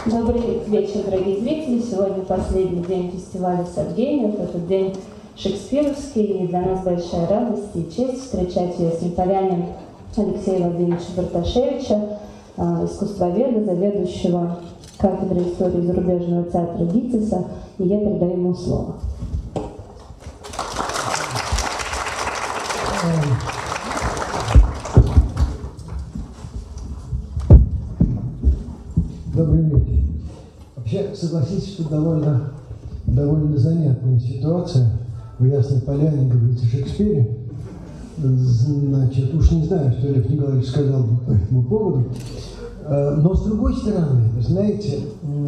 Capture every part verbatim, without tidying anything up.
Добрый вечер, дорогие зрители. Сегодня последний день фестиваля «Сабгениев». Это день шекспировский, и для нас большая радость и честь встречать ее с итальянином Алексея Владимировича Барташевича, искусствоведа, заведующего кафедрой истории зарубежного театра ГИТИСа, и я передаю ему слово. Добрый вечер. Вообще, согласитесь, что довольно, довольно занятная ситуация. В Ясной Поляне говорите о Шекспире. Значит, уж не знаю, что Олег Николаевич сказал по этому поводу. Но с другой стороны, вы знаете,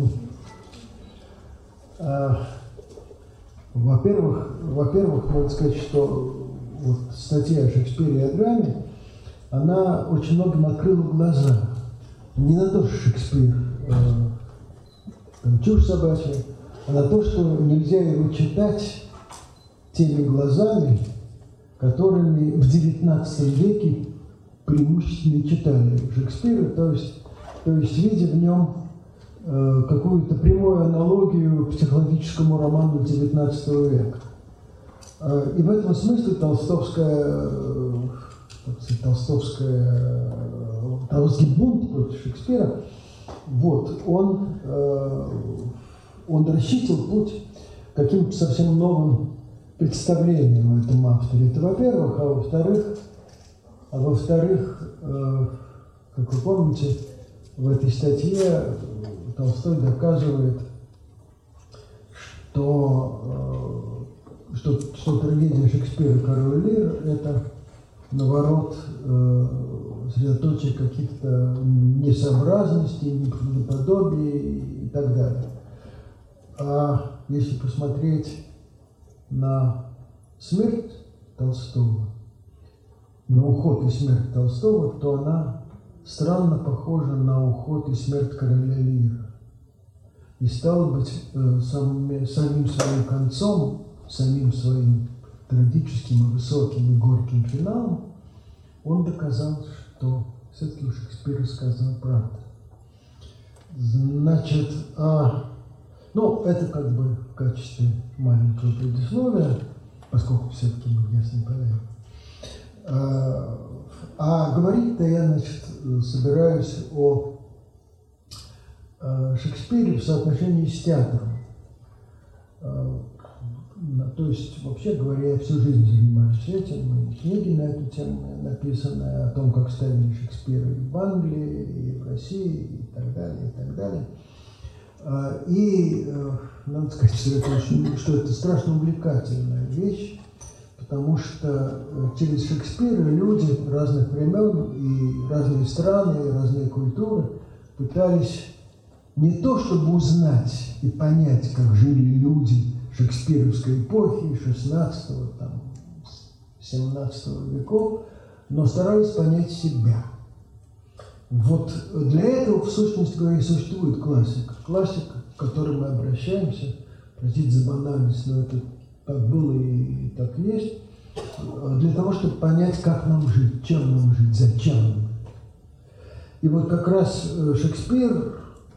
во-первых, во-первых, можно сказать, что вот статья о Шекспире и о драме, она очень многим открыла глаза. Не на то, что Шекспир там, чушь собачья, а на то, что нельзя его читать теми глазами, которыми в девятнадцатом веке преимущественно читали Шекспира, то есть, то есть видя в нем э, какую-то прямую аналогию к психологическому роману девятнадцатого века. Э, и в этом смысле толстовская, э, сказать, толстовская, э, толстовский бунт против Шекспира, вот, он, э, он расчистил путь каким-то совсем новым представлением о этом авторе. Это во-первых, а во-вторых, а во-вторых, э, как вы помните, в этой статье Толстой доказывает, что, э, что, что трагедия Шекспира «Король Лир» – это, наоборот, э, средоточие каких-то несообразностей, неправдоподобий и так далее. А если посмотреть на смерть Толстого, на уход и смерть Толстого, то она странно похожа на уход и смерть короля Лира. И стало быть, самим, самим своим концом, самим своим трагическим и высоким и горьким финалом он доказал, что все-таки у Шекспира сказана правда. Значит, а, ну, это как бы в качестве маленького предисловия, поскольку все-таки мы в Ясной Поляне. А, а говорить-то я, значит, собираюсь о, о Шекспире в соотношении с театром. А, то есть, вообще говоря, я всю жизнь занимаюсь этим, и книги на эту тему написаны о том, как ставили Шекспира и в Англии, и в России, и так далее, и так далее. И надо сказать, что это, очень, что это страшно увлекательная вещь, потому что через Шекспира люди разных времен и разные страны, и разные культуры пытались не то чтобы узнать и понять, как жили люди шекспировской эпохи, шестнадцатого, там, семнадцатого веков, но старались понять себя. Вот для этого, в сущности говоря, и существует классика. Классика, к которой мы обращаемся, простите за банальность, но это так было и так есть, для того, чтобы понять, как нам жить, чем нам жить, зачем нам жить. И вот как раз Шекспир,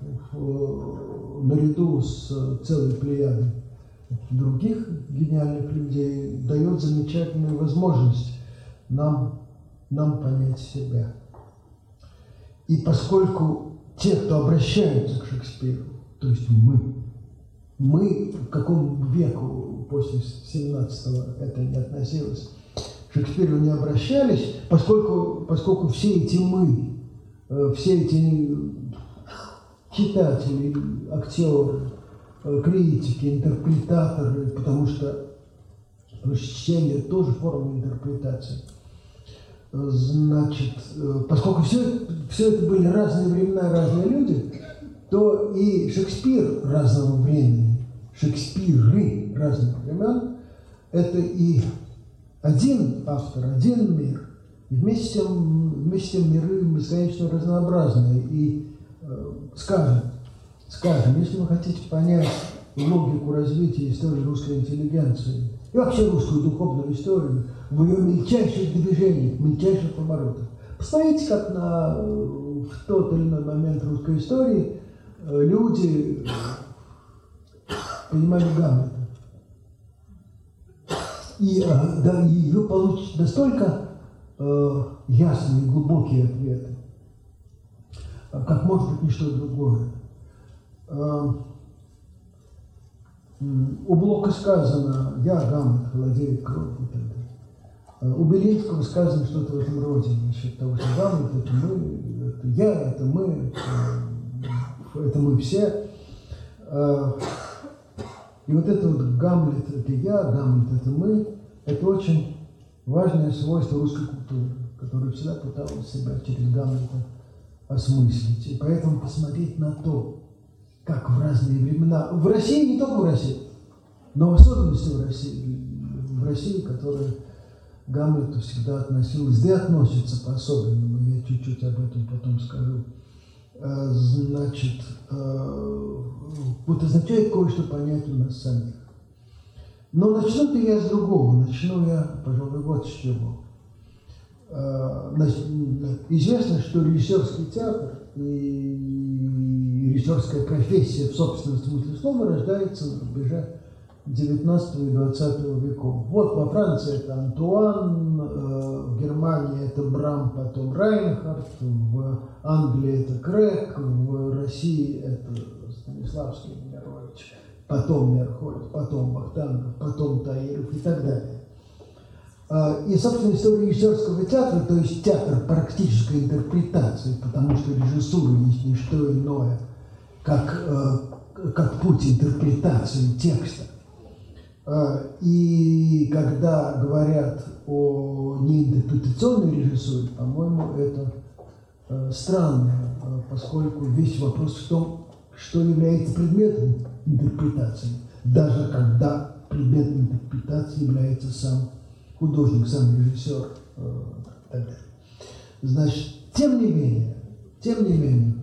наряду с целой плеядой других гениальных людей, дает замечательную возможность нам, нам понять себя. И поскольку те, кто обращаются к Шекспиру, то есть мы, мы к какому веку после семнадцатого это не относилось, к Шекспиру не обращались, поскольку, поскольку все эти мы, все эти читатели, актеры, критики, интерпретаторы, потому что чтение тоже форма интерпретации. Значит, поскольку все, все это были разные времена, разные люди, то и Шекспир разного времени, Шекспиры разных времен, это и один автор, один мир, и вместе с тем, вместе с тем миры бесконечно разнообразные. И, скажем, скажем, если вы хотите понять логику развития истории русской интеллигенции и вообще русскую духовную историю в ее мельчайших движениях, мельчайших поворотах, посмотрите, как на, в тот или иной момент русской истории люди понимали Гамлета. И, да, и вы получите настолько э, ясные, глубокие ответы, как может быть ничто другое. Э, у Блока сказано: «Я, Гамлет, холодеет кровь» и так далее. У Белинского сказано что-то в этом роде, насчет того, что Гамлет — это мы, это я, это мы, это, это мы все. И вот это вот Гамлет — это я, Гамлет — это мы, это очень важное свойство русской культуры, которая всегда пыталась себя через Гамлета осмыслить. И поэтому посмотреть на то, как в разные времена, в России, не только в России, но в особенности в России, в России, которая к Гамлету всегда относилась, да и относится по-особенному, я чуть-чуть об этом потом скажу. Значит, вот означает кое-что понять у нас самих. Но начну-то я с другого, начну я, пожалуй, вот с чего. Известно, что режиссерский театр и режиссерская профессия в собственном смысле слова рождается на рубеже девятнадцатого и двадцатого веков. Вот во Франции это Антуан, в Германии это Брам, потом Райнхард, в Англии это Крэг, в России это Станиславский Немирович, потом Мерхольд, потом Вахтангов, потом Таиров и так далее. И, собственно, история режиссерского театра, то есть театр практической интерпретации, потому что режиссура есть не что иное, как, как путь интерпретации текста. И когда говорят о неинтерпретационной режиссуре, по-моему, это странно, поскольку весь вопрос в том, что является предметом интерпретации, даже когда предметом интерпретации является сам художник, сам режиссер. Значит, тем не менее, тем не менее,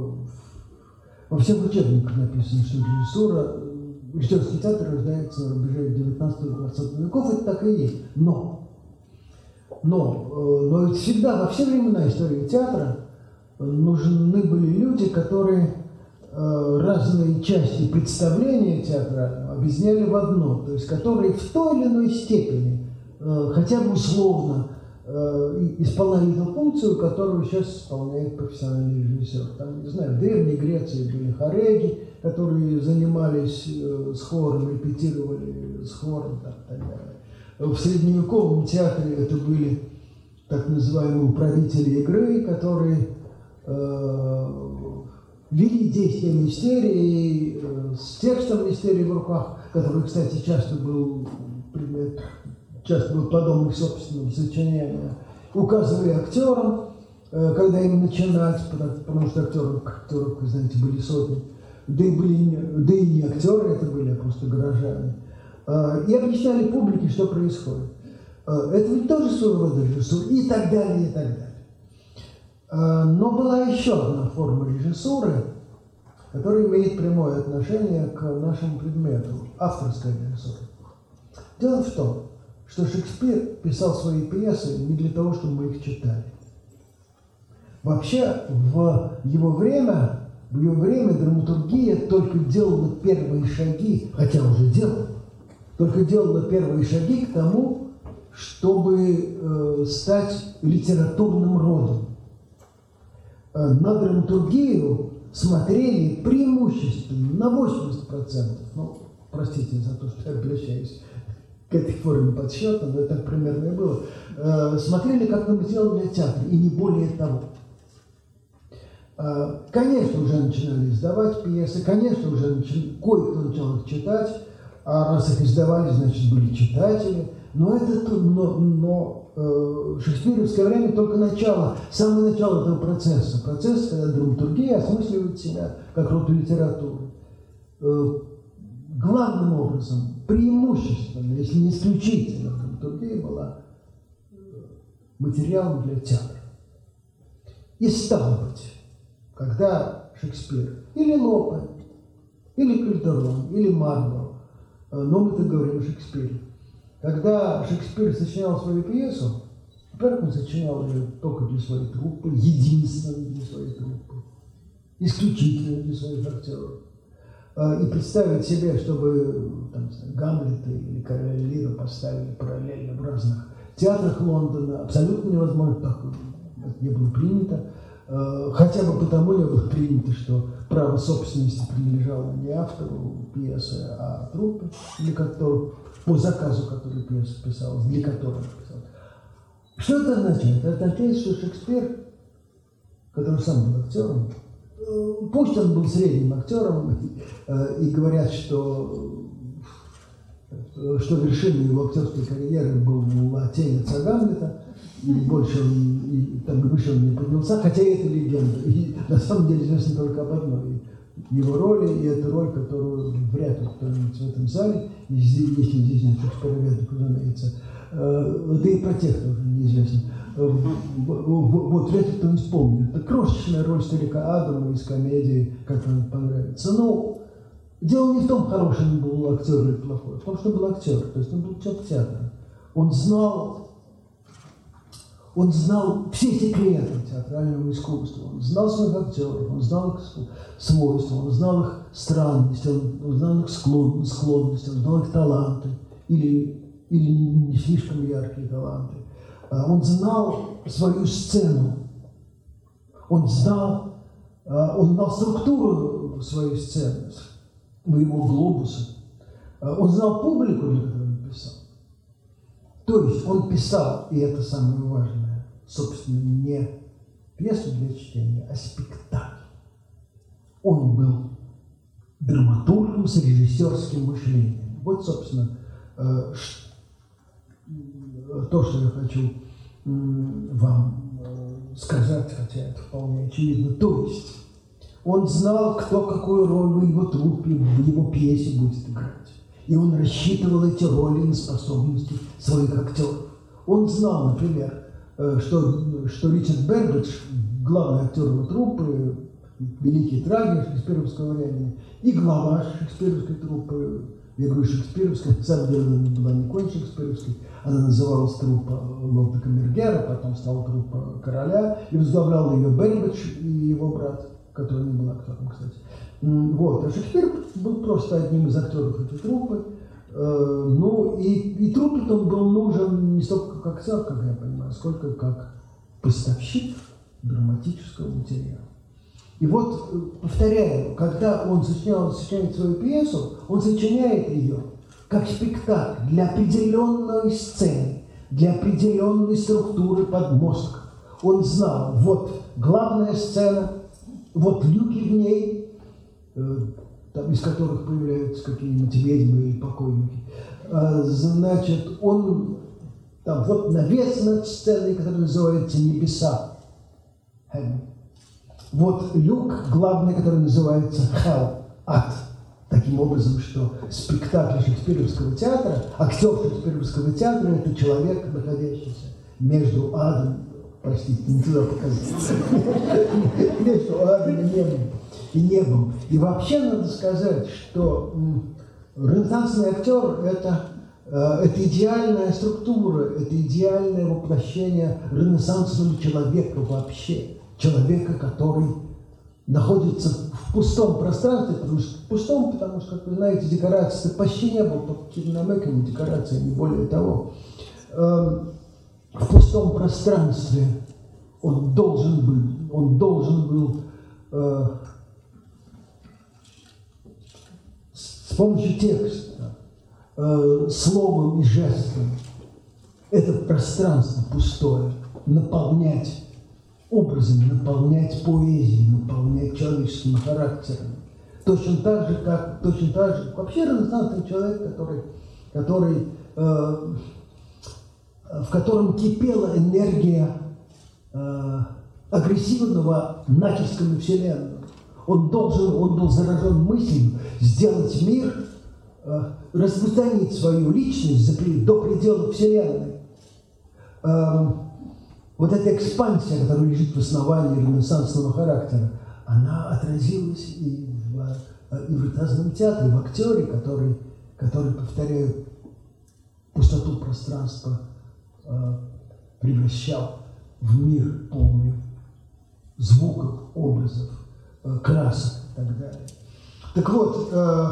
во всех учебниках написано, что режиссура, режиссерский театр рождается на рубеже девятнадцатого-двадцатого веков, это так и есть. Но, но, но ведь всегда, во все времена истории театра нужны были люди, которые разные части представления театрального объединяли в одно, то есть которые в той или иной степени, хотя бы условно, исполняли ту функцию, которую сейчас исполняет профессиональный режиссер. Там, не знаю, в Древней Греции были хореги, которые занимались с хором, репетировали с хором и так далее. В средневековом театре это были так называемые управители игры, которые э, вели действия мистерии э, с текстом мистерии в руках, который, кстати, часто был предмет, часто был подобным их собственным сочинениям, указывали актерам, э, когда им начинать, потому, потому что актеров, актеров, вы знаете, были сотни. Да и, были, да и не актеры это были, а просто горожане. И объясняли публике, что происходит. Это ведь тоже своего рода режиссура, и так далее, и так далее. Но была еще одна форма режиссуры, которая имеет прямое отношение к нашему предмету – авторская режиссура. Дело в том, что Шекспир писал свои пьесы не для того, чтобы мы их читали. Вообще, в его время... В ее время драматургия только делала первые шаги, хотя уже делала, только делала первые шаги к тому, чтобы э, стать литературным родом. Э, на драматургию смотрели преимущественно на восемьдесят процентов. Ну, простите за то, что я обращаюсь к этой форме подсчета, но так примерно и было. Э, смотрели как на материал для театра, и не более того. Конечно, уже начинали издавать пьесы, конечно, уже начали, кое-кто начал их читать, а раз их издавали, значит, были читатели. Но это но, но э, шекспировское время только начало, самое начало этого процесса. Процесс, когда драматургия осмысливает себя как род литературы. Э, главным образом, преимущественно, если не исключительно, драматургия была материалом для театра. И стало быть, когда Шекспир, или Лопе, или Кальдерон, или Марлоу, но мы так говорим о Шекспире, когда Шекспир сочинял свою пьесу, во-первых, он сочинял ее только для своей труппы, единственно для своей труппы. исключительно для своих актеров. И представить себе, чтобы там, Гамлета или Короля Лира поставили параллельно в разных театрах Лондона, абсолютно невозможно, так не было принято. Хотя бы потому не было принято, что право собственности принадлежало не автору пьесы, а труппе, для которого, по заказу которой пьеса писалась, для которой писалась. Что это означает? Это означает, что Шекспир, который сам был актером, пусть он был средним актером, и говорят, что, что вершиной его актерской карьеры был «Отель отца Гамлета», и больше он, и, там, выше он не поднялся, хотя это легенда. И на самом деле известно только об одной его роли, и это роль, которую вряд ли кто-нибудь в этом зале, если здесь нет Шекспироведов, разумеется, да и про тех тоже неизвестно. Вот вряд ли кто-нибудь вспомнит. Это крошечная роль старика Адама из комедии «Как вам понравится». Но дело не в том, хороший он был актер или плохой, а в том, что он был актер, то есть он был человек театра. Он знал Он знал все секреты театрального искусства, он знал своих актеров, он знал их свойства, он знал их странности, он знал их склонности, он знал их таланты или, или не слишком яркие таланты. Он знал свою сцену, он знал, он знал структуру своей сцены, моего глобуса, он знал публику, для которой он писал. То есть он писал, и это самое важное, собственно, не пьесу для чтения, а спектакль. Он был драматургом с режиссерским мышлением. Вот, собственно, то, что я хочу вам сказать, хотя это вполне очевидно. То есть он знал, кто какую роль в его труппе, в его пьесе будет играть. И он рассчитывал эти роли на способности своих актеров. Он знал, например, что, что Ричард Бербидж, главный актер его труппы, великий трагик шекспировского времени, и глава шекспировской труппы, я говорю шекспировской, на самом деле она была не конь шекспировской, она называлась труппа лорда Камергера, потом стала труппа короля, и возглавлял ее Бербидж и его брат, который не был актером, кстати. Вот. А Шекспир был просто одним из актеров этой труппы. Ну, и, и труппе он был нужен не столько как актер, как я понимаю, сколько как поставщик драматического материала. И вот, повторяю, когда он сочинял, сочиняет свою пьесу, он сочиняет ее как спектакль для определенной сцены, для определенной структуры подмостка. Он знал, вот главная сцена, вот люки в ней, э, там, из которых появляются какие-нибудь ведьмы или покойники. Э, значит, он, там, вот навес над сценой, который называется «Небеса». Вот люк главный, который называется «Hell», «Ад». Таким образом, что спектакль шекспировского театра, актер шекспировского театра – это человек, находящийся между адом, простите, не туда показать, между адом и небом. И небом. И вообще надо сказать, что ренессансный актер – это, это идеальная структура, это идеальное воплощение ренессансного человека вообще. Человека, который находится в пустом пространстве, потому что в пустом, потому что, как вы знаете, декораций почти не было, только какими намеками декорации, не более того. В пустом пространстве он должен был, он должен был э, с помощью текста, э, словом и жестом это пространство пустое наполнять образами, наполнять поэзией, наполнять человеческим характером. Точно так же, как, точно так же, вообще ренессансный человек, который, который э, в котором кипела энергия э, агрессивного натиска на Вселенную. Он должен, он был заражен мыслью сделать мир, э, распространить свою личность за, до предела Вселенной. Э, вот эта экспансия, которая лежит в основании ренессансного характера, она отразилась и в, и в ренессансном театре, в актере, который, который повторяет пустоту пространства, превращал в мир полный звуков, образов, э, красок и так далее. Так вот, э,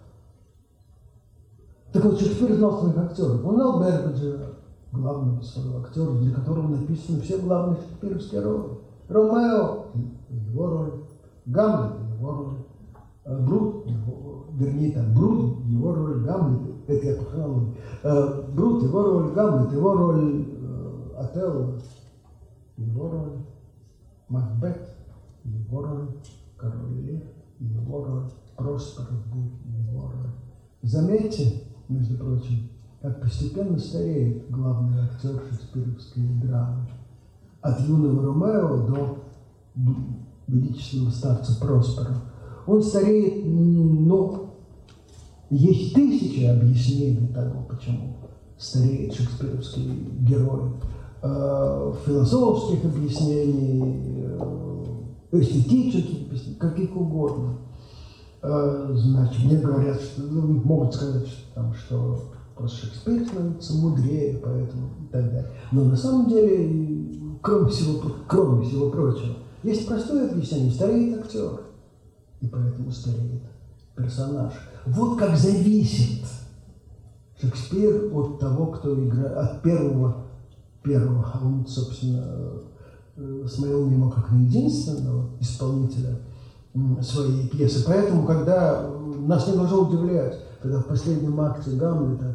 так вот, Шекспир знал своих актеров. Он знал Бербеджа, главного своего актера, для которого написаны все главные шекспировские роли. Ромео – его роль, Гамлет – его роль, Брут, его, вернее, там, Брут – его роль, Гамлет – это я по хронологии. Брут – его роль, Гамлет – его роль, Отелло – его роль, Макбет – его роль, Король Лир – его роль, Проспер – его роль. Заметьте, между прочим, как постепенно стареет главный актер шекспировской драмы. От юного Ромео до величественного старца Проспера. Он стареет, ну, есть тысячи объяснений того, почему стареет шекспировский герой. Э, философских объяснений, э, эстетических объяснений, каких угодно. Э, значит, мне говорят, что, ну, могут сказать, что, там, что просто Шекспир становится мудрее, поэтому и так далее. Но на самом деле, кроме всего, кроме всего прочего, есть простое объяснение: стареет актер, и поэтому стареет персонаж. Вот как зависит Шекспир от того, кто играет, от первого, первого, он, собственно, смотрел на него как на единственного исполнителя своей пьесы. Поэтому, когда нас не должно удивлять, когда в последнем акте Гамлета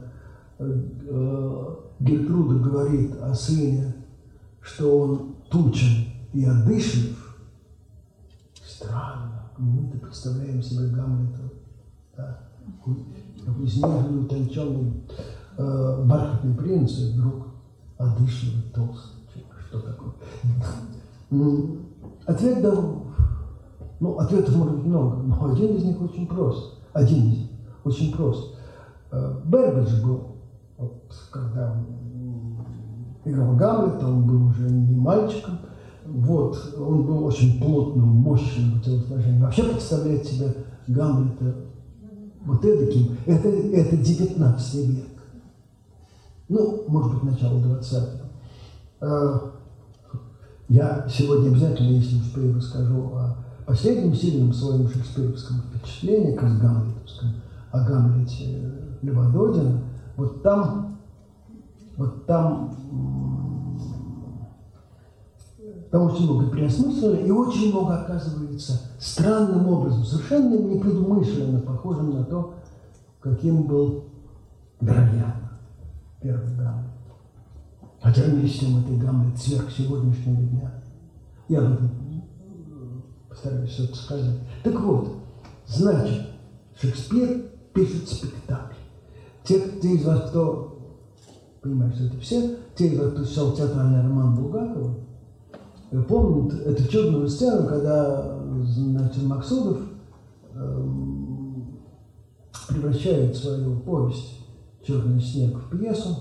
Гертруда говорит о сыне, что он тучен и одышлив, странно. Мы-то представляем себе Гамлета, да, такой изнеженный, утонченный, э, бархатный принц, и вдруг одышливый, толстый. Что такое? Ответ дал, ну, ответов может быть много, но один из них очень прост. Один из них очень прост. Бербедж был, вот, когда он играл Гамлета, он был уже не мальчиком, вот, он был очень плотным, мощным телосложением. Вообще представляет себе Гамлета вот эдаким, это, это девятнадцатый век. Ну, может быть, начало двадцатого. Я сегодня обязательно, если успею, расскажу о последнем сильном своем шекспировском впечатлении, как гамлетовском, о Гамлете Льва Додина. Вот там, вот там, там очень много переосмыслено и очень много, оказывается, странным образом, совершенно непредумышленно похожим на то, каким был Вероятно первый Гамлет. Хотя вместе с тем это Гамлет сверх сегодняшнего дня. Я об этом постараюсь что-то сказать. Так вот, значит, Шекспир пишет спектакль. Те, те из вас, кто, понимаете, что это все, те из вас, кто читал театральный роман Булгакова, помнят эту чудную сцену, когда, значит, Максудов э, превращает свою повесть «Черный снег» в пьесу,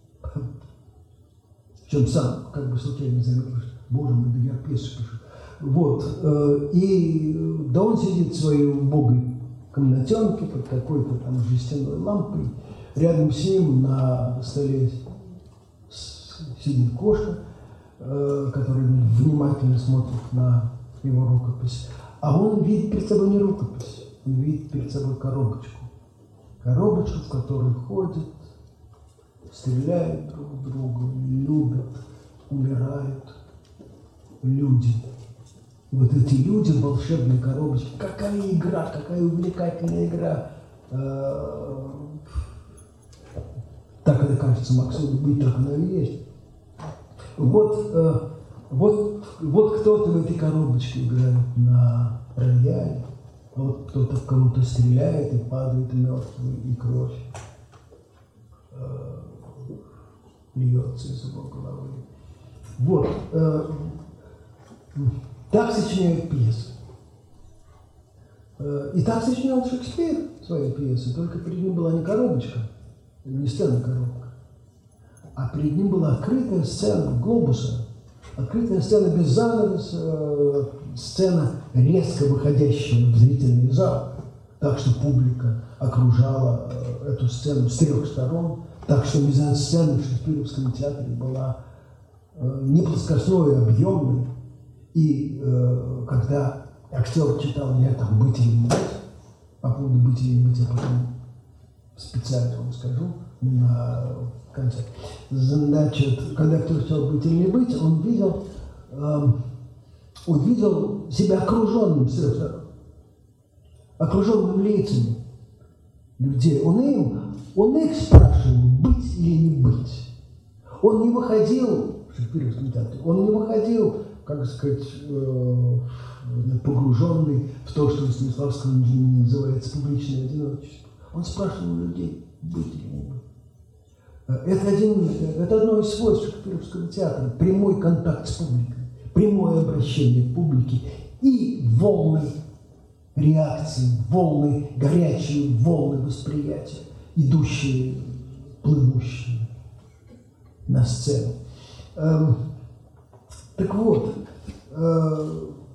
причем сам как бы случайно заметил, что, боже мой, да я пьесу пишу. Вот, э, и да он сидит в своей убогой комнатенке под какой-то там жестяной лампой, рядом с ним на столе сидит кошка, э, которая внимательно смотрит на его рукопись, а он видит перед собой не рукопись, он видит перед собой коробочку. Коробочку, в которой ходят, стреляют друг в друга, любят, умирают люди. И вот эти люди в волшебной коробочке, какая игра, какая увлекательная игра. Так это кажется Максуду, быть так оно и есть. Вот, вот, вот кто-то в этой коробочке играет на рояле. Вот кто-то в кого-то стреляет, и падает мертвый, и кровь э, льется из его головы. Вот. Э, так сочиняют пьесы. Э, и так сочинял Шекспир свои пьесы, только перед ним была не коробочка, не сцена-коробка, а перед ним была открытая сцена глобуса, открытая сцена без занавеса, сцена, резко выходящая в зрительный зал, так что публика окружала эту сцену с трех сторон, так что мизансцена в Шекспировском театре была не плоскостной, а объемной. И э, когда актер читал, я там «Быть или не быть», по поводу «Быть или не быть» я потом специально вам скажу на конце. Значит, когда актер читал «Быть или не быть», он видел, э, он видел себя окруженным с трех сторон, окруженным лицами людей. Он им, он их спрашивал, быть или не быть. Он не выходил в Шекспировском театре, он не выходил, как сказать, э, погруженный в то, что в Станиславском называется публичное одиночество. Он спрашивал людей, быть или не быть. Это, один, это одно из свойств Шекспировского театра. Прямой контакт с публикой, прямое обращение к публике и волны реакции, волны, горячие волны восприятия, идущие, плывущие на сцену. Эм, так вот, э,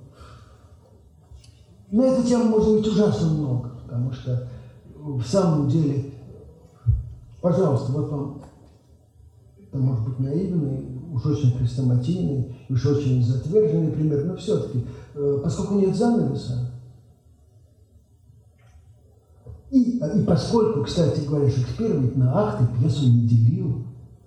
на эту тему можно быть ужасно много, потому что в самом деле, пожалуйста, вот вам, это может быть наивный, уж очень хрестоматийный, уж очень затверженный пример, но все-таки, э, поскольку нет занавеса, и, и поскольку, кстати говоря, Шекспир ведь на акты пьесу не делил,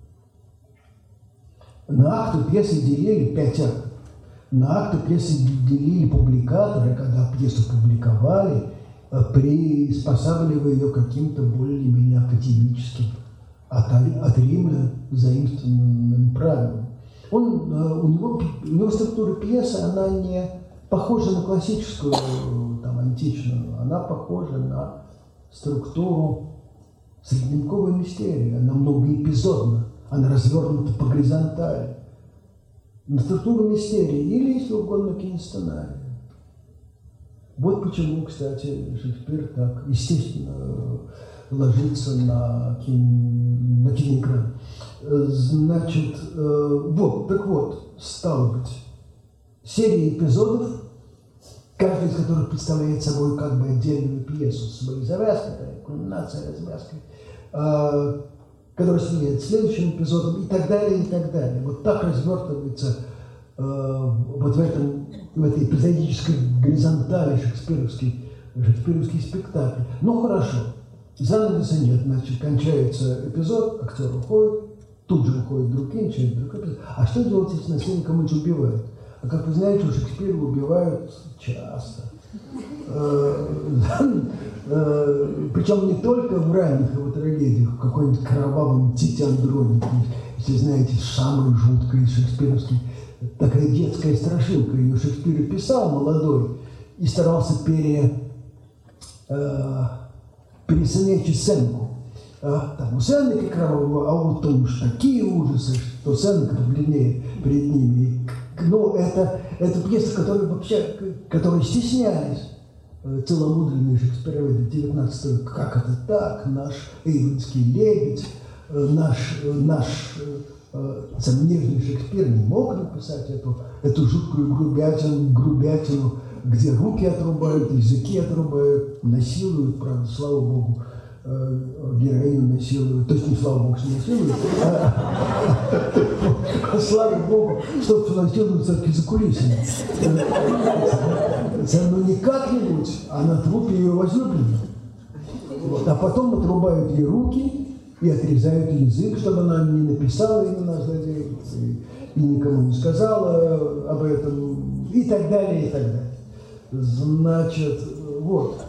на акты пьесы делили пять актов. На акты пьесы делили публикаторы, когда пьесу публиковали, приспосабливая ее каким-то более-менее академическим, от, от Рима заимствованным правилам. Он, у, него, у него структура пьесы, она не похожа на классическую, там, античную, она похожа на структуру средневековой мистерии, она многоэпизодна, она развернута по горизонтали. На структуру мистерии или, если угодно, киносценария. Вот почему, кстати, Шекспир так естественно ложится на, кино, на киноэкран. Значит, вот, так вот, стало быть, серия эпизодов, каждый из которых представляет собой как бы отдельную пьесу с своей завязкой, кульминацией, развязкой, которая сменяет следующим эпизодом и так далее, и так далее. Вот так развертывается э, вот в, этом, в этой эпизодической горизонтали шекспировский, шекспировский спектакль. Ну хорошо, занавеса нет, значит, кончается эпизод, актер уходит, тут же уходит другой, начинает другой эпизод. А что делать, если на сцене кому-нибудь убивают? А как вы знаете, у Шекспира убивают часто. Причем не только в ранних его трагедиях, в какой-нибудь кровавом Тите Андронике, если знаете, самый жуткий шекспировский, такая детская страшилка. Ее Шекспир писал молодой и старался пере, э, пересынять сценку. А, там у Сеннека кровавого, а вот там уж такие ужасы, что Сеннека побледнее перед ними. Но это, это пьеса, которая вообще, которой стеснялись целомудренные шекспироведы девятнадцатого века. Как это так? Наш эйвонский лебедь, наш, наш сам нежный Шекспир не мог написать эту, эту жуткую грубятину, грубятину, где руки отрубают, языки отрубают, насилуют, правда, слава богу, героиню насилуют, то есть не слава богу, что насилуют, а слава богу, что насилуют все-таки за кулисами. Ну не как-нибудь, а на трупе ее возлюбленного. Вот. А потом отрубают ей руки и отрезают язык, чтобы она не написала имена злодеев и, и никому не сказала об этом, и так далее, и так далее. Значит, вот.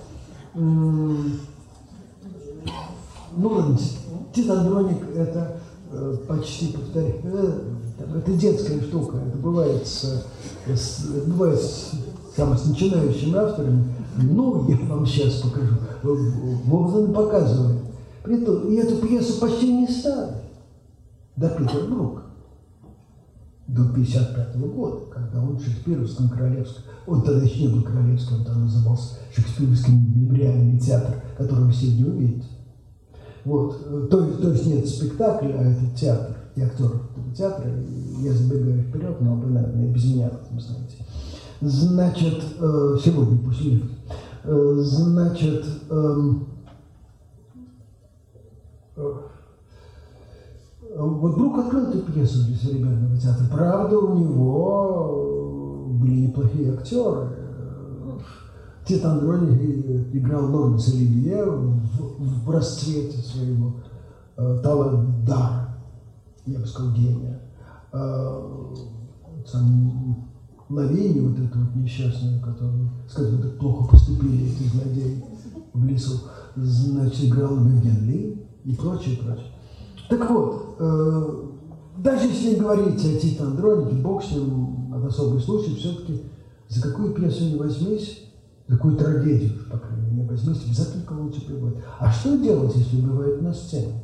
Ну, ладно, Тит Андроник – это э, почти, повторяю, это, это детская штука. Это бывает с, с, бывает с, там, с начинающими авторами. Ну, я вам сейчас покажу. Вовзан показывает. И эту пьесу почти не ставят до Петербурга, до пятьдесят пятого года, когда он в Шекспировском королевском, он тогда еще не был королевским, он тогда назывался Шекспировским мемориальный театр, который все не увидят. Вот. То, то есть нет спектакля, а это театр, и актер этого театра. Я забегаю вперед, но вы, наверное, без меня об этом знаете. Значит, э, сегодня после лекции. Э, значит, э, э, вот Брук открыл эту пьесу для современного театра. Правда, у него были неплохие актеры. Тит Андроник играл Лоренцо Оливье в, в расцвете своего э, таланта, дара, я бы сказал, гения. Э, сам Лавини, вот эту вот несчастную, которую, с которой так плохо поступили эти злодеи в лесу, значит, играл Вивьен Ли и прочее, прочее. Так вот, э, даже если говорить о Тите Андронике, бог с ним, от особый случай, все-таки за какую пьесу не возьмись, за какую трагедию, по крайней мере, не возьмись, обязательно кого-нибудь приводит. А что делать, если бывает на сцене,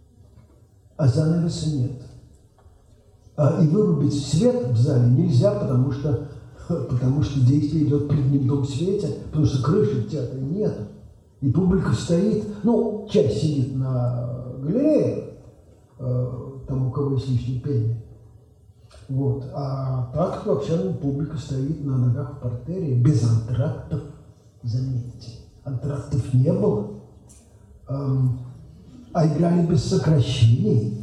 а занавеса нет? А, и вырубить свет в зале нельзя, потому что, потому что действие идет при дневном свете, потому что крыши в театре нет. И публика стоит, ну, часть сидит на галерее, э, там у кого есть лишнее пение. Вот. А так вообще публика стоит на ногах в партере, без антрактов, заметьте. Антрактов не было, эм, а играли без сокращений.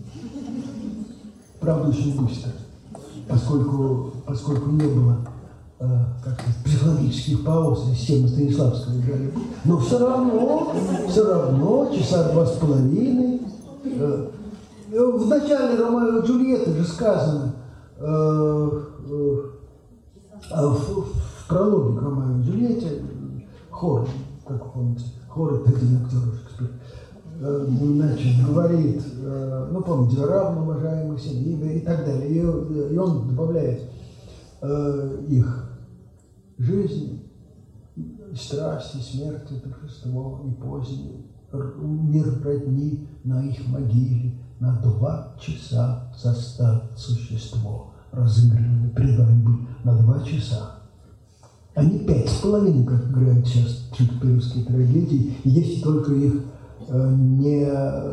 Правда, очень быстро, поскольку, поскольку не было э, как психологических пауз, системы Станиславского играли. Но все равно, все равно, часа два с половиной. Э, в начале Ромео и Джульетты же сказано, э, э, в, в прологе к Ромео и Джульетте, хор, как вы помните, хор — это один актер Шекспира. Значит, говорит, ну, помните, равно уважаемых семей и так далее. И, и он добавляет э, их жизнь, страсти, смерти, торжество и поздний мир родни на их могиле на два часа составит существо, разыгранное перед вами на два часа. А не пять с половиной, как играют сейчас шекспировские трагедии, если только их не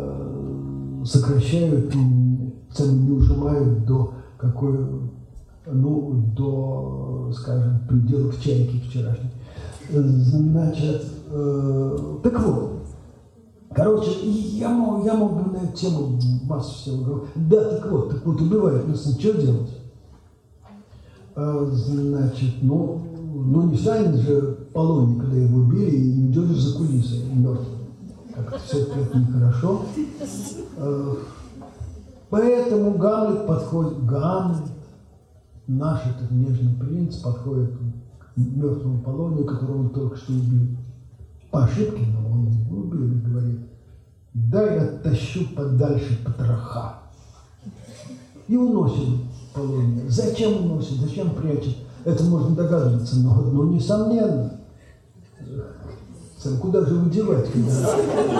сокращают, не ужимают до какой, ну, до, скажем, пределов чайки вчерашней. Значит, э, так вот, короче, я мог, я мог бы на эту тему массу всего говорить. Да, так вот, так вот, убивает нас, что делать? А, значит, ну, ну не станет же Полоний, когда его убили, и не идет за кулисы мертвым. Как-то все-таки это нехорошо. Поэтому Гамлет подходит, Гамлет, наш этот нежный принц, подходит к мертвому Полонию, которого он только что убил. По ошибке, но он его убил и говорит: дай оттащу подальше потроха. И уносит Полония. Зачем уносит, зачем прячет? Это можно догадываться, но одно несомненно. Куда же его девать, когда...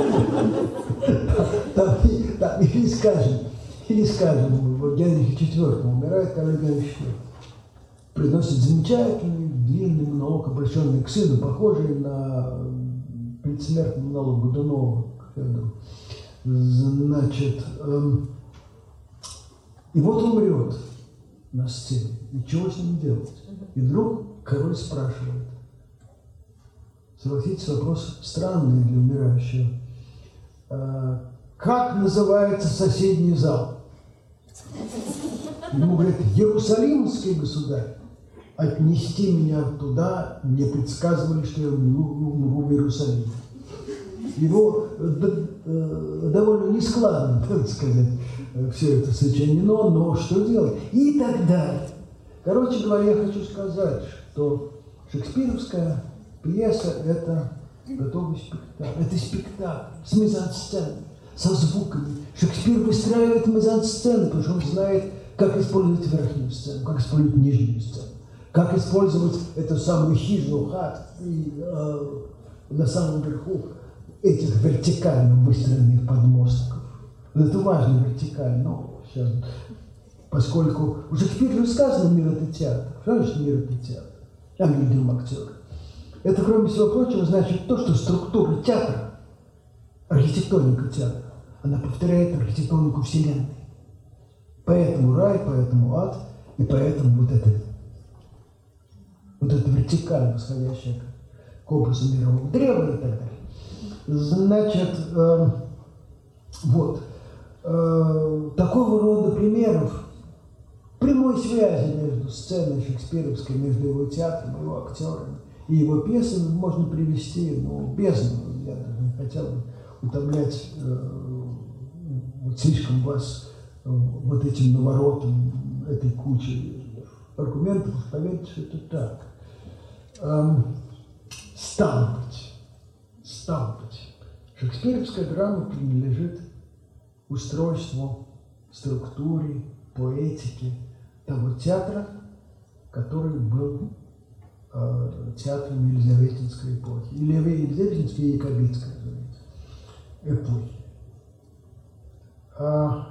там, там, или скажем, или скажем, вот Генрих четвёртый умирает, Карл Генрих четвёртый приносит замечательный длинный монолог, обращенный к сыну, похожий на предсмертный монолог Годунова к Федору. Значит, эм, и вот умрет на сцене, и чего с ним делать? И вдруг король спрашивает. Согласитесь, вопрос странный для умирающего. Как называется соседний зал? Ему говорят: Иерусалимский государь. Отнести меня туда, мне предсказывали, что я умру в Иерусалиме. Его довольно нескладно, так сказать, все это сочинено, но что делать? И так далее. Короче говоря, я хочу сказать, что шекспировская пьеса – это готовый спектакль. Это спектакль с мизансценой, со звуками. Шекспир выстраивает мизансцены, потому что он знает, как использовать верхнюю сцену, как использовать нижнюю сцену, как использовать эту самую хижину, хат, и э, на самом верху этих вертикально выстроенных подмостков. Это важно, вертикально, но сейчас, поскольку у Шекспира же сказано «мир – это театр». Что значит «мир – это театр»? А мы любим актера. Это, кроме всего прочего, значит то, что структура театра, архитектоника театра, она повторяет архитектонику Вселенной. Поэтому рай, поэтому ад, и поэтому вот это, вот это вертикально восходящее к образу мирового древа и так далее. Значит, э, вот, э, такого рода примеров прямой связи между сценой шекспировской, между его театром, его актерами И его пьесы можно привести, ну, бездну. Я даже не хотел бы утомлять э, вот слишком вас э, вот этим наворотом, этой кучей аргументов. Поверьте, что это так. Эм, стало быть, стало быть, шекспировская драма принадлежит устройству, структуре, поэтике того театра, который был э, театром Елизаветинской эпохи. Или Елизаветинской и Якобинской, разумеется, эпохи. А,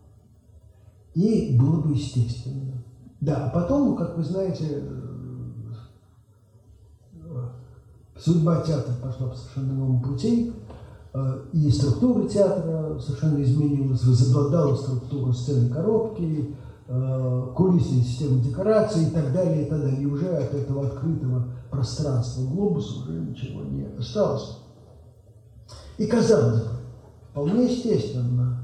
и было бы естественно. Да, а потом, как вы знаете, судьба театра пошла по совершенно новому пути, и структура театра совершенно изменилась, возобладала структура сцены коробки, кулисная система декораций и так далее, и так далее. И уже от этого открытого пространства глобуса уже ничего не осталось. И казалось бы, вполне естественно,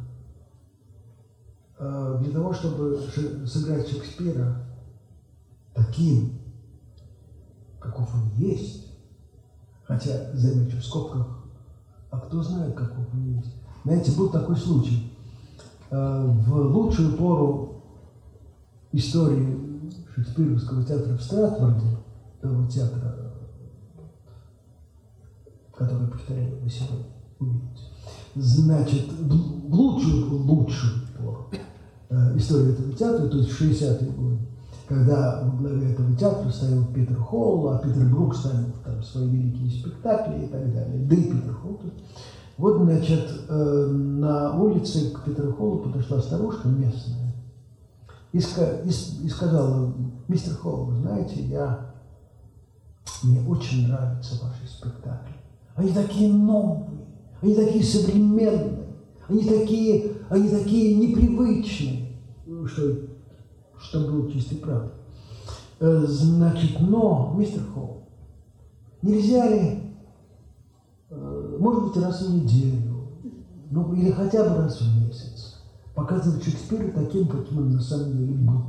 для того, чтобы сыграть Шекспира таким, каков он есть, хотя, замечу в скобках, а кто знает, каков он есть. Знаете, был такой случай. В лучшую пору истории шекспировского театра в Стратфорде, того театра, который, повторяю, вы сегодня увидите, значит, в лучшую, лучшую пору истории этого театра, то есть в шестидесятые годы, когда во главе этого театра стоял Питер Холл, а Питер Брук ставил там свои великие спектакли и так далее, да и Питер Холл. Вот, значит, на улице к Питеру Холлу подошла старушка местная и, ска- и, и сказала: мистер Холл, вы знаете, я... мне очень нравятся ваши спектакли. Они такие новые, они такие современные, они такие, они такие непривычные, что, что было чистой правдой. Значит, но, мистер Холл, нельзя ли, может быть, раз в неделю, ну, или хотя бы раз в месяц, показывать Шекспира таким, каким он на самом деле был?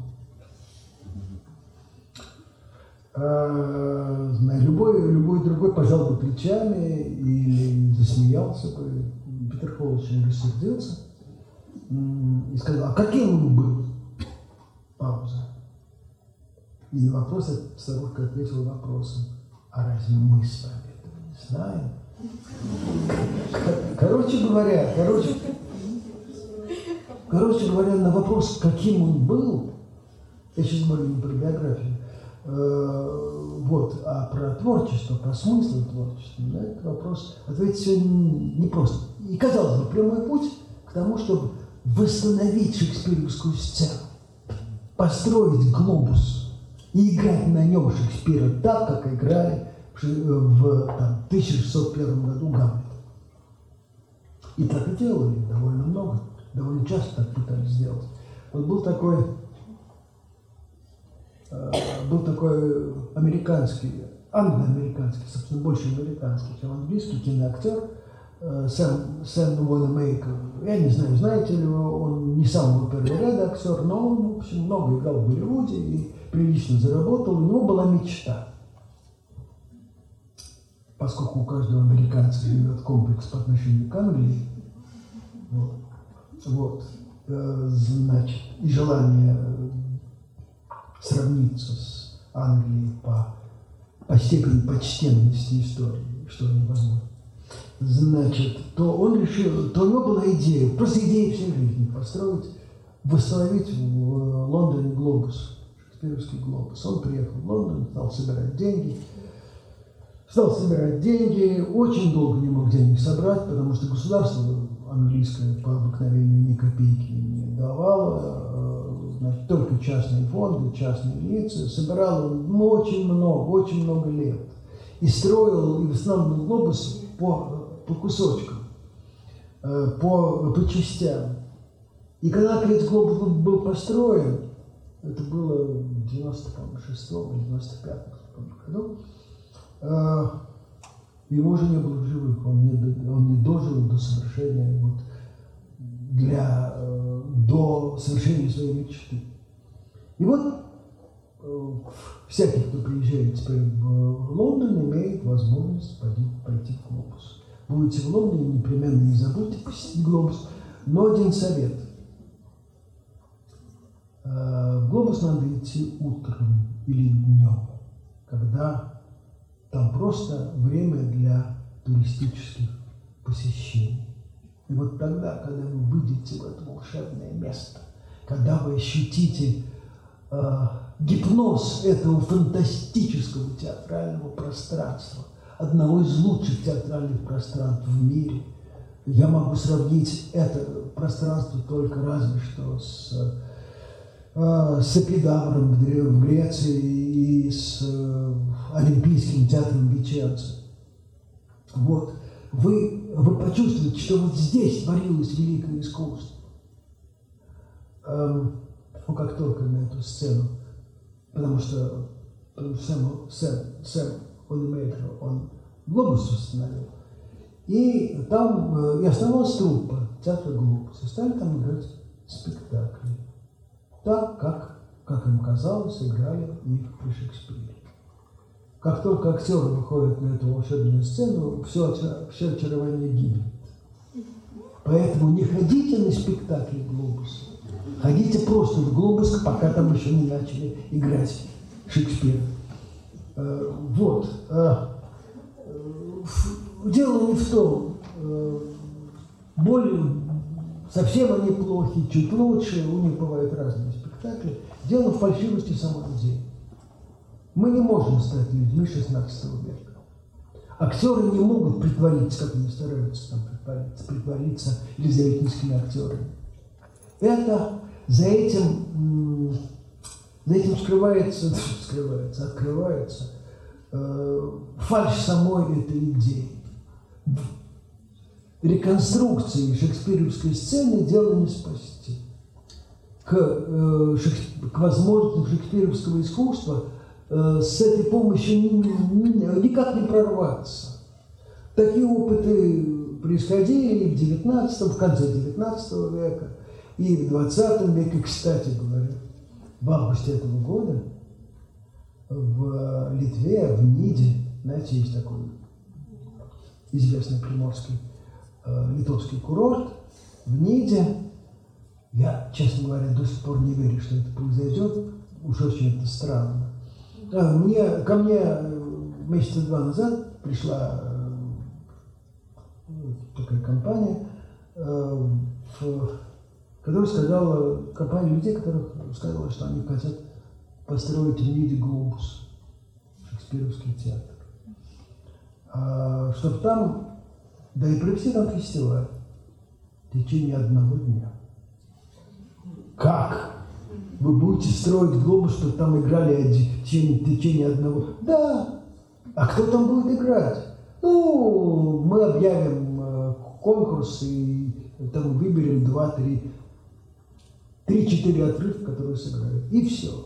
А, любой, любой другой пожал бы плечами или засмеялся бы. Питер Холл очень рассердился и сказал: а каким он был? Пауза. И на вопрос старушка ответила вопросом: а разве мы с вами этого не знаем? Короче говоря, короче, короче говоря, на вопрос, каким он был, я сейчас говорю не про биографию, э, вот, а про творчество, про смысл творчества, на этот вопрос ответить сегодня непросто. И, казалось бы, прямой путь к тому, чтобы восстановить шекспировскую сцену, построить глобус и играть на нем Шекспира так, как играли в там, тысяча шестьсот первом году Гамлет. И так и делали довольно много, довольно часто так пытались сделать. Вот был такой, э, был такой американский, англо-американский, собственно, больше американский, чем английский киноактер э, Сэм, Сэм Уонамейкер. Я не знаю, знаете ли вы, он не самого первого ряда актер, но он, в общем, много играл в Голливуде и прилично заработал. У него была мечта. Поскольку у каждого американца живет комплекс по отношению к Англии, вот, вот э, значит, и желание сравниться с Англией по, по степени почтенности истории, что невозможно, значит, то он решил, то у него была идея, просто идея всей жизни, построить, восстановить в Лондоне глобус, шекспировский глобус. Он приехал в Лондон, стал собирать деньги, Стал собирать деньги, очень долго не мог денег собрать, потому что государство английское по обыкновению ни копейки не давало, значит, только частные фонды, частные лица. Собирал он очень много, очень много лет. И строил, и восстанавливал глобус по, по кусочкам, по, по частям. И когда, наконец, глобус был построен, это было в девяносто шестом или девяносто пятом году, его уже не было в живых, он не, он не дожил до совершения, вот, для, до совершения своей мечты. И вот всякий, кто приезжает теперь в Лондон, возможность пойти, пойти в Глобус. Будете в Лондоне, непременно не забудьте посетить Глобус. Но один совет. В Глобус надо идти утром или днем, когда там просто время для туристических посещений. И вот тогда, когда вы выйдете в это волшебное место, когда вы ощутите э, гипноз этого фантастического театрального пространства, одного из лучших театральных пространств в мире, я могу сравнить это пространство только разве что с, э, с Эпидавром в Греции и с э, Олимпийским театром Веченца. Вот. Вы, вы почувствуете, что вот здесь творилось великое искусство. Эм, ну, как только на эту сцену, потому что Сэм, Сэм, Сэм Онемейкер, он Глобус установил, и там э, и оставалась труппа театра Глобус, и стали там играть спектакли, так, как, как им казалось, играли их при Шекспире. Как только актеры выходят на эту волшебную сцену, все, все очарование гибнет. Поэтому не ходите на спектакли Глобуса, ходите просто в Глобус, пока там еще не начали играть Шекспира. Вот. Дело не в том, более, совсем они плохи, чуть лучше, у них бывают разные спектакли. Дело в фальшивости самой идеи. Мы не можем стать людьми шестнадцатого века. Актеры не могут притвориться, как они стараются там притвориться, притвориться елизаветинскими актерами. Это за этим, за этим скрывается, скрывается, открывается э, фальшь самой этой идеи. Реконструкции шекспировской сцены дело не спасти. К, э, шексп... к возможностям шекспировского искусства с этой помощью никак не прорваться. Такие опыты происходили в девятнадцатом, в конце девятнадцатого века и в двадцатом веке. Кстати говоря, в августе этого года в Литве, в Ниде, знаете, есть такой известный приморский э, литовский курорт, в Ниде. Я, честно говоря, до сих пор не верю, что это произойдет. Уж очень это странно. Мне, ко мне месяца два назад пришла такая компания, которая сказала, компания людей, которых сказала, что они хотят построить в Ниде Глобус, шекспировский театр. Чтобы там, да и провести там фестиваль в течение одного дня. Как? Вы будете строить Глобус, чтобы там играли в течение, в течение одного... Да! А кто там будет играть? Ну, мы объявим э, конкурс и там выберем два-три, три-четыре отрывка, которые сыграют. И все.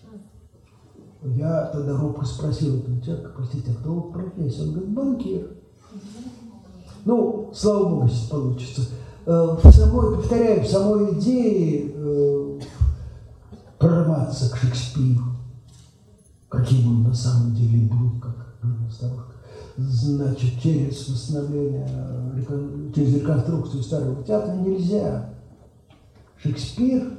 Я тогда робко спросил этого человека, простите, а кто вы по профессии? Он говорит, банкир. Ну, слава богу, если получится. Э, в самой, повторяю, в самой идее... Э, прорваться к Шекспиру, каким он на самом деле был, как говорила старушка, значит, через восстановление, через реконструкцию старого театра нельзя. Шекспир,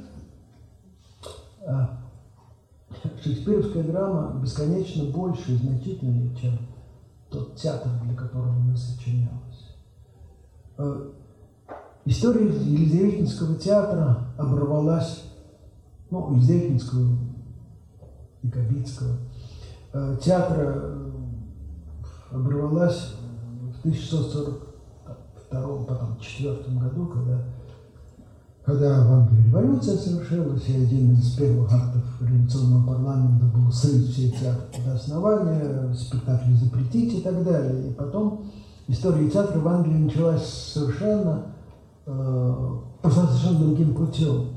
а, шекспировская драма бесконечно больше и значительнее, чем тот театр, для которого она сочинялась. А, история Елизаветинского театра оборвалась, ну, Елизаветинского, Якобитского театра оборвалась в тысяча шестьсот сорок втором, потом четвёртом году, когда, когда в Англии революция совершилась, и один из первых актов революционного парламента был срыть все театры до основания, спектакли запретить и так далее. И потом история театра в Англии началась совершенно, э, пошла совершенно другим путем.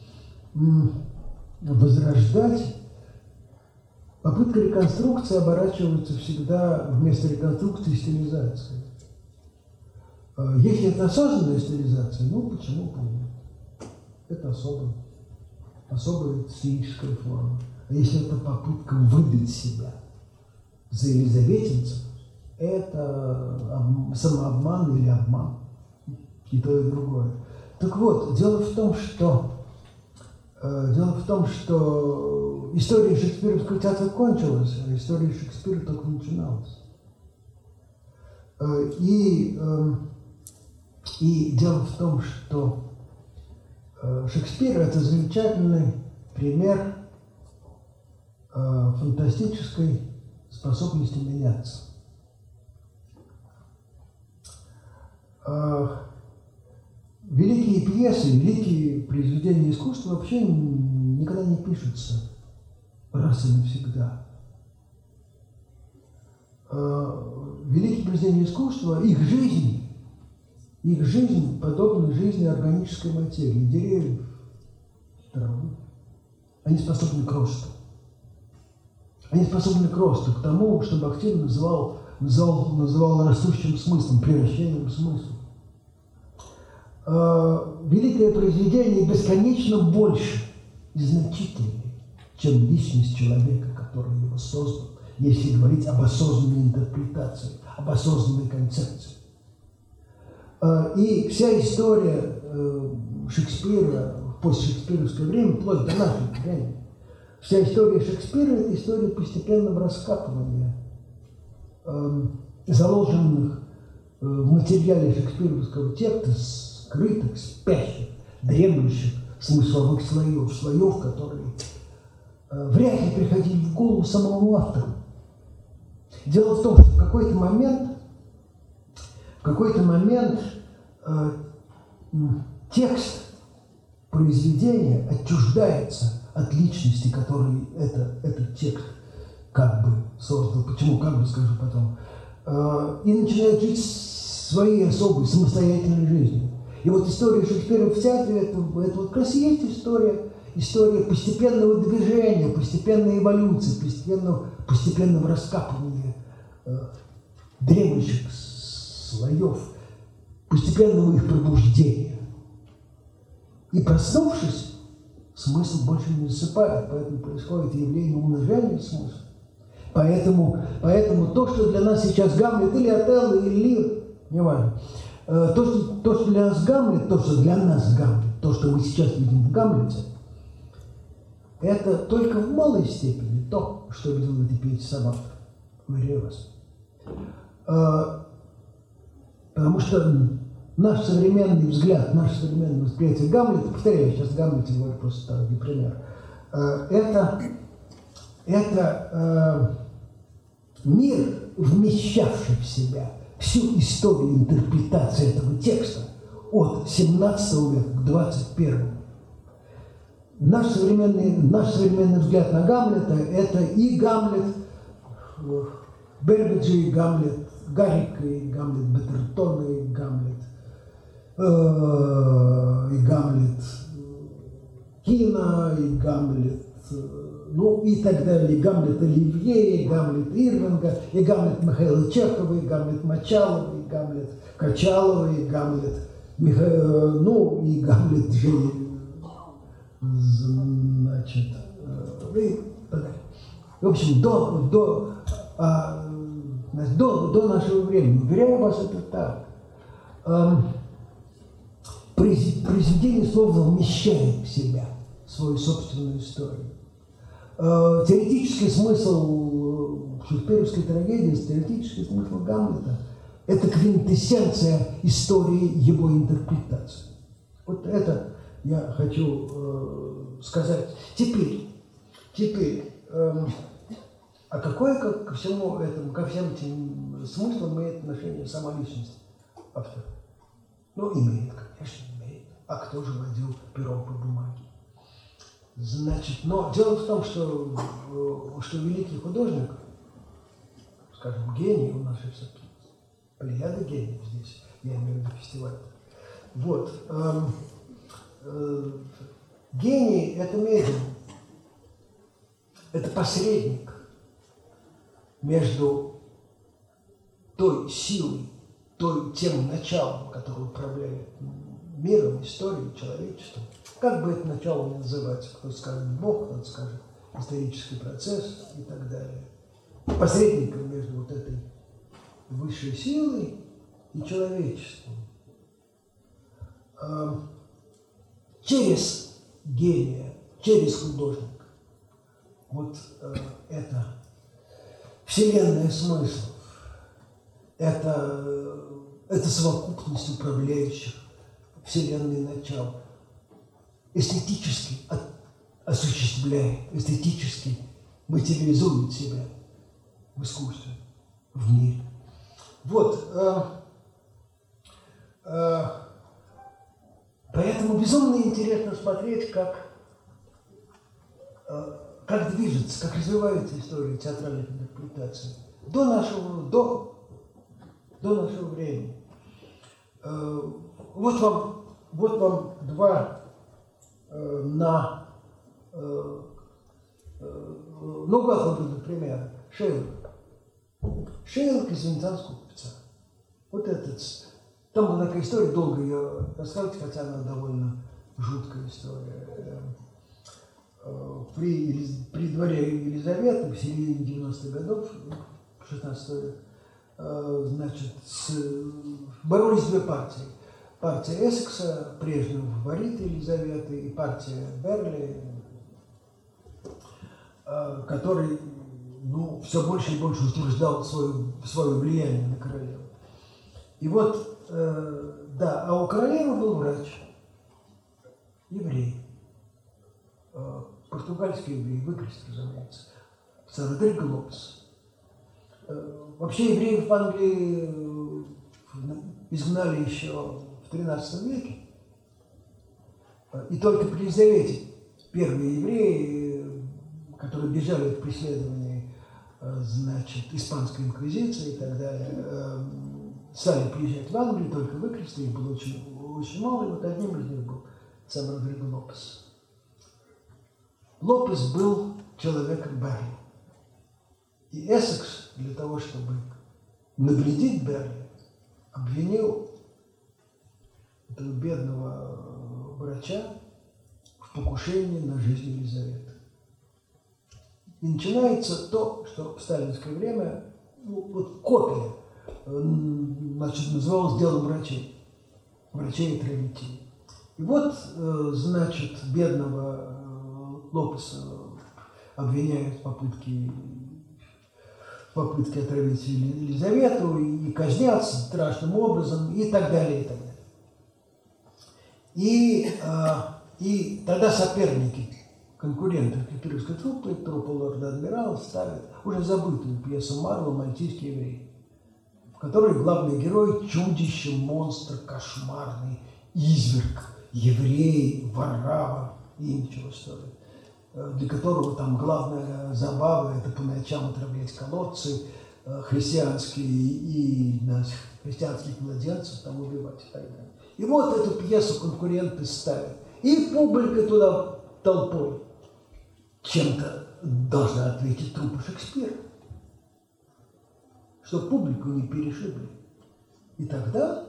Возрождать, попытка реконструкции оборачивается всегда вместо реконструкции стилизацией. Если это осознанная стилизация, ну почему бы нет? Это особая, особая стилическая форма. А если это попытка выдать себя за елизаветинцев, это самообман или обман, и то, и другое. Так вот, дело в том, что, э, дело в том, что история Шекспировского театра кончилась, а история Шекспира только начиналась. Э, и, э, и дело в том, что э, Шекспир – это замечательный пример э, фантастической способности меняться. Э, Великие пьесы, великие произведения искусства вообще никогда не пишутся раз и навсегда. Великие произведения искусства, их жизнь, их жизнь подобна жизни органической материи, деревьев, травы. Они способны к росту. Они способны к росту, к тому, что Бахтин называл, называл, называл растущим смыслом, превращением смысла. Великое произведение бесконечно больше и значительнее, чем личность человека, который его создал, если говорить об осознанной интерпретации, об осознанной концепции. И вся история Шекспира в постшекспировское время, вплоть до нашего времени, вся история Шекспира – это история постепенного раскапывания заложенных в материале шекспировского текста скрытых, спящих, дремлющих смысловых слоев, слоев, которые э, вряд ли приходили в голову самому автору. Дело в том, что в какой-то момент, в какой-то момент э, текст произведения отчуждается от личности, которую это, этот текст как бы создал. Почему, как бы скажу потом. Э, и начинает жить своей особой, самостоятельной жизнью. И вот история Шекспира в театре, это, это вот как раз и есть история, история постепенного движения, постепенной эволюции, постепенного, постепенного раскапывания э, дремлющих слоев, постепенного их пробуждения. И проснувшись, смысл больше не засыпает, поэтому происходит явление умножения смысла. Поэтому, поэтому то, что для нас сейчас Гамлет или Отелло, или Лир, неважно, То что, то, что для нас Гамлет, то, что для нас Гамлет, то, что мы сейчас видим в Гамлете, это только в малой степени то, что видел в этой пьесе сам автор Варьевас. Потому что наш современный взгляд, наше современное восприятие Гамлета, повторяю, сейчас Гамлет говорю просто так, для примера, это, это мир, вмещавший в себя всю историю интерпретации этого текста от семнадцатого века к двадцать первому. Наш современный, наш современный взгляд на Гамлета – это и Гамлет Бербиджа, и Гамлет Гаррика, и Гамлет Беттертона, и Гамлет, э, и Гамлет Кина, и Гамлет, ну и так далее, и Гамлет Оливье, и Гамлет Ирвинга, и Гамлет Михаила Чехова, и Гамлет Мочалова, и Гамлет Качалова, и Гамлет, Миха... ну и Гамлет же, значит, и так далее. В общем, до, до, а, до, до нашего времени, уверяю вас, это так. Эм, произведение словно вмещает в себя свою собственную историю. Теоретический смысл шекспировской трагедии, теоретический смысл Гамлета – это квинтэссенция истории его интерпретации. Вот это я хочу э, сказать. Теперь, теперь э, а какое ко всему этому, ко всем этим смыслам имеет отношение сама личность автора? Ну, имеет, конечно, имеет. А кто же водил пером по бумаге? Значит, но дело в том, что, что великий художник, скажем, гений у нас все-таки, плеяда гениев здесь, я имею в виду фестиваль. Вот. Э, э, гений – это медиум, это посредник между той силой, той, тем началом, которое управляет миром, историей, человечеством. Как бы это начало ни называть, кто скажет Бог, кто скажет исторический процесс и так далее. Посредником между вот этой высшей силой и человечеством через гения, через художника. Вот это вселенная смыслов, это, это совокупность управляющих вселенной начал, эстетически от, осуществляет, эстетически материализует себя в искусстве, в мире. Вот. Э, э, поэтому безумно интересно смотреть, как, э, как движется, как развивается история театральных интерпретаций до нашего, до, до нашего времени. Э, вот вам, вот вам два э, на э, э, ну, как выбраны примеры. Шейлок. Шейлок из венецианского купца. Вот этот. Там была такая история, долго ее рассказывать, хотя она довольно жуткая история. При, при дворе Елизаветы в середине девяностых годов, шестнадцатого века, значит, с, боролись две партии. Партия Эссекса, прежнего фаворита Елизаветы, и партия Берли, который, ну, все больше и больше утверждал свое, свое влияние на королеву. И вот, э, да, а у королевы был врач, еврей, э, португальский еврей, выкрест, разумеется, сэр Родриго Лопес. Э, вообще евреев в Англии изгнали еще в тринадцатом веке, и только при Елизавете первые евреи, которые бежали от преследований, значит, испанской инквизиции и так далее, стали приезжать в Англию, только выкресты, их было очень, очень мало, и вот одним из них был сам Родриго Лопес. Лопес был человеком Берли. И Эссекс для того, чтобы навредить Берли, обвинил этого бедного врача в покушении на жизнь Елизаветы. И начинается то, что в сталинское время, ну, вот копия, значит, называлось делом врачей, врачей и травматей. И вот, значит, бедного Лопеса обвиняют в попытке, в попытке отравить Елизавету и казнят страшным образом и так далее, и так далее. И, и тогда соперники, конкуренты кипировской труппы, труппа лорда адмирала, ставят уже забытую пьесу Марло «Мальтийский еврей», в которой главный герой – чудище, монстр, кошмарный, изверг, еврей, варвар и ничего стоит, для которого там главная забава – это по ночам отравлять колодцы христианские и да, христианских младенцев там убивать и так далее. И вот эту пьесу конкуренты ставят. И публика туда толпой. Чем-то должна ответить труппа Шекспира, чтобы публику не перешибли. И тогда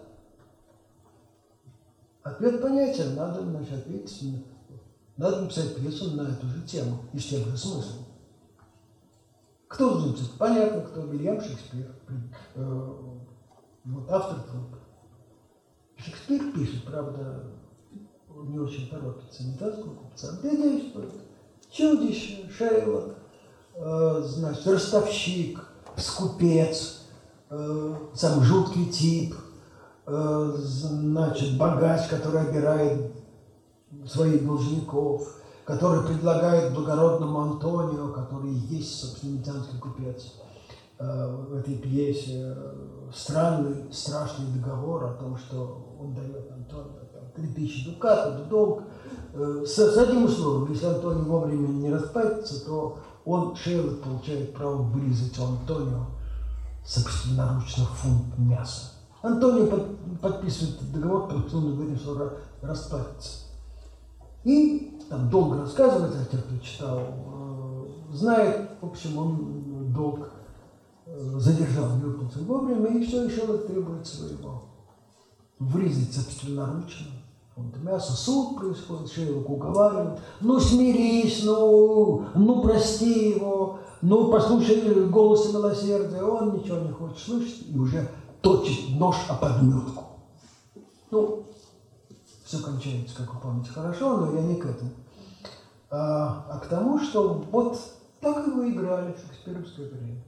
ответ понятен, надо, значит, ответить, надо написать пьесу на эту же тему и с тем же смыслом. Кто должен писать? Понятно, кто. Вильям Шекспир, э, вот автор труппы. Шекспир пишет, правда, не очень торопится, не танского купца, где действует чудище, Шейлок, э, значит, ростовщик, скупец, э, сам жуткий тип, э, значит, богач, который обирает своих должников, который предлагает благородному Антонио, который есть, собственно, венецианский купец, э, в этой пьесе, э, странный, страшный договор о том, что он дает Антонио три тысячи дукатов, долг, э, с, с одним условием: если Антонио вовремя не расплатится, то он, Шейлок, получает право вырезать у Антонио собственноручно фунт мяса. Антонио под, подписывает договор, потому что он говорит, что расплатится. И там долго рассказывается, те, кто читал, э, знает, в общем, он долг э, задержал, не выплатил вовремя, и все, и Шейлок требует своего. Врезать собственноручно фунта мяса. Суд происходит, Шейлок уговаривает. Ну смирись, ну, ну прости его, ну послушай голос милосердия. Он ничего не хочет слышать и уже точит нож о подметку. Ну, все кончается, как вы помните, хорошо, но я не к этому. А, а к тому, что вот так и вы играли в шекспировское время.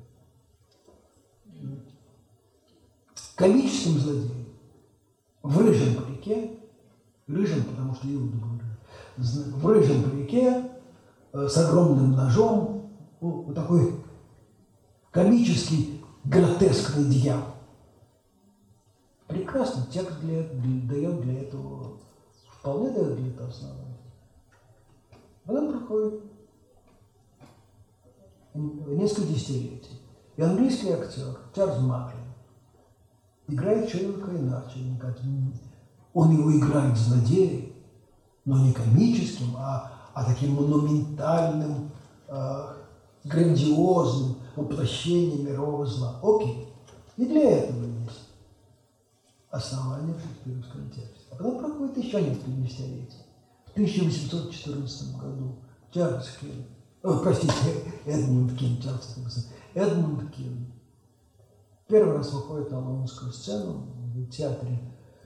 Комическим злодеем в рыжем парике, рыжем, потому что Иуда был рыжий, в рыжем парике с огромным ножом, ну, вот такой комический, гротескный дьявол. Прекрасно, текст для, для, дает для этого, вполне дает для этого основания. Потом проходит несколько десятилетий. И английский актер Чарльз Маклин играет Шейлока иначе. Он его играет злодея, но не комическим, а, а таким монументальным, э, грандиозным воплощением мирового зла. Окей. И для этого есть основание в шекспировском тексте. А потом проходит еще несколько десятилетий. В тысяча восемьсот четырнадцатом году Чарльз Кин, о, простите, Эдмунд Кин, Чарльз Эдмунд Кин первый раз выходит на лондонскую сцену в театре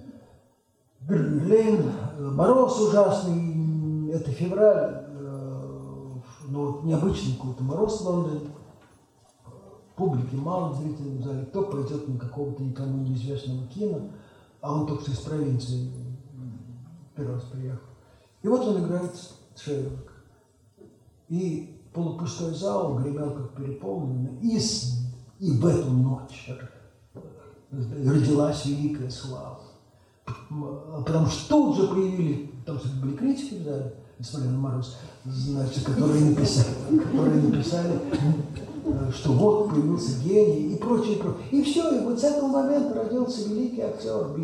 Лейн. Мороз ужасный, это февраль, но необычный какой-то мороз в Лондоне. Публики мало в зрительном зале. Кто пойдет на какого-то никому неизвестного кино, а он только что из провинции первый раз приехал. И вот он играет Шейлока. И полупустой зал гремел как переполненный. И, и в эту ночь родилась великая слава. Потому что тут же появились, там были критики в зале, несмотря на мороз, значит, которые написали, которые написали, что вот появился гений и прочее, прочее. И все, и вот с этого момента родился великий актер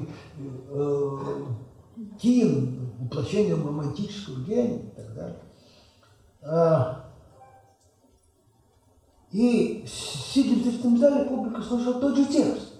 Кин, воплощением романтического гения и так далее. И сидя в зрительном зале, публика слышала тот же текст.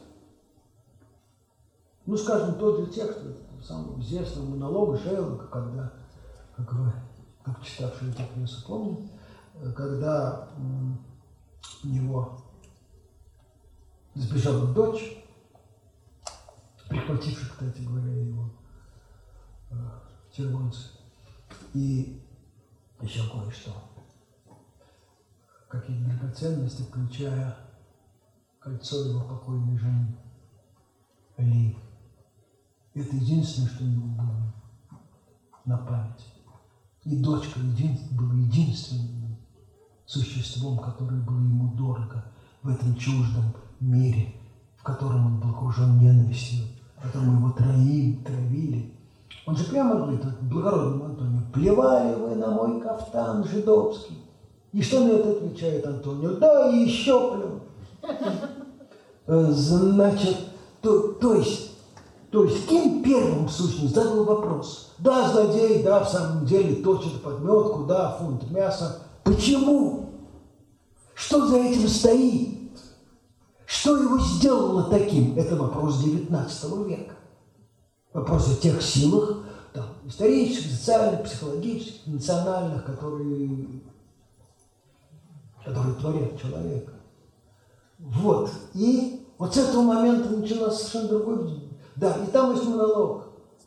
Ну, скажем, тот же текст самого известного монолога Шейлока, когда, как вы, как читавшие эту пьесу, помните, когда м, у него сбежала дочь, прихватившая, кстати говоря, его э, червонцы, и еще кое-что, какие-то драгоценности, включая кольцо его покойной жены Ли. Это единственное, что у него было на память. И дочка един, была единственным существом, которое было ему дорого в этом чуждом мире, в котором он был окружен ненавистью, в котором его травили, травили. Он же прямо говорит, благородному Антонию: плевали вы на мой кафтан жидовский. И что на это отвечает Антонио? Да, и еще плюнь. Значит, то, то есть, то есть Кин первым, в сущности, задал вопрос. Да, злодей, да, в самом деле точит подметку, да, фунт мяса. Почему? Что за этим стоит? Что его сделало таким? Это вопрос девятнадцатого века. Вопрос о тех силах, там, исторических, социальных, психологических, национальных, которые, которые творят человека. Вот. И вот с этого момента началось совершенно другой... Да, и там есть монолог,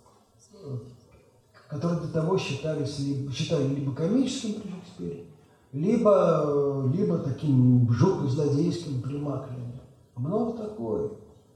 который до того считались, считали либо комическим при Шекспире, либо, либо таким жутко злодейским при Маклине. Много такое.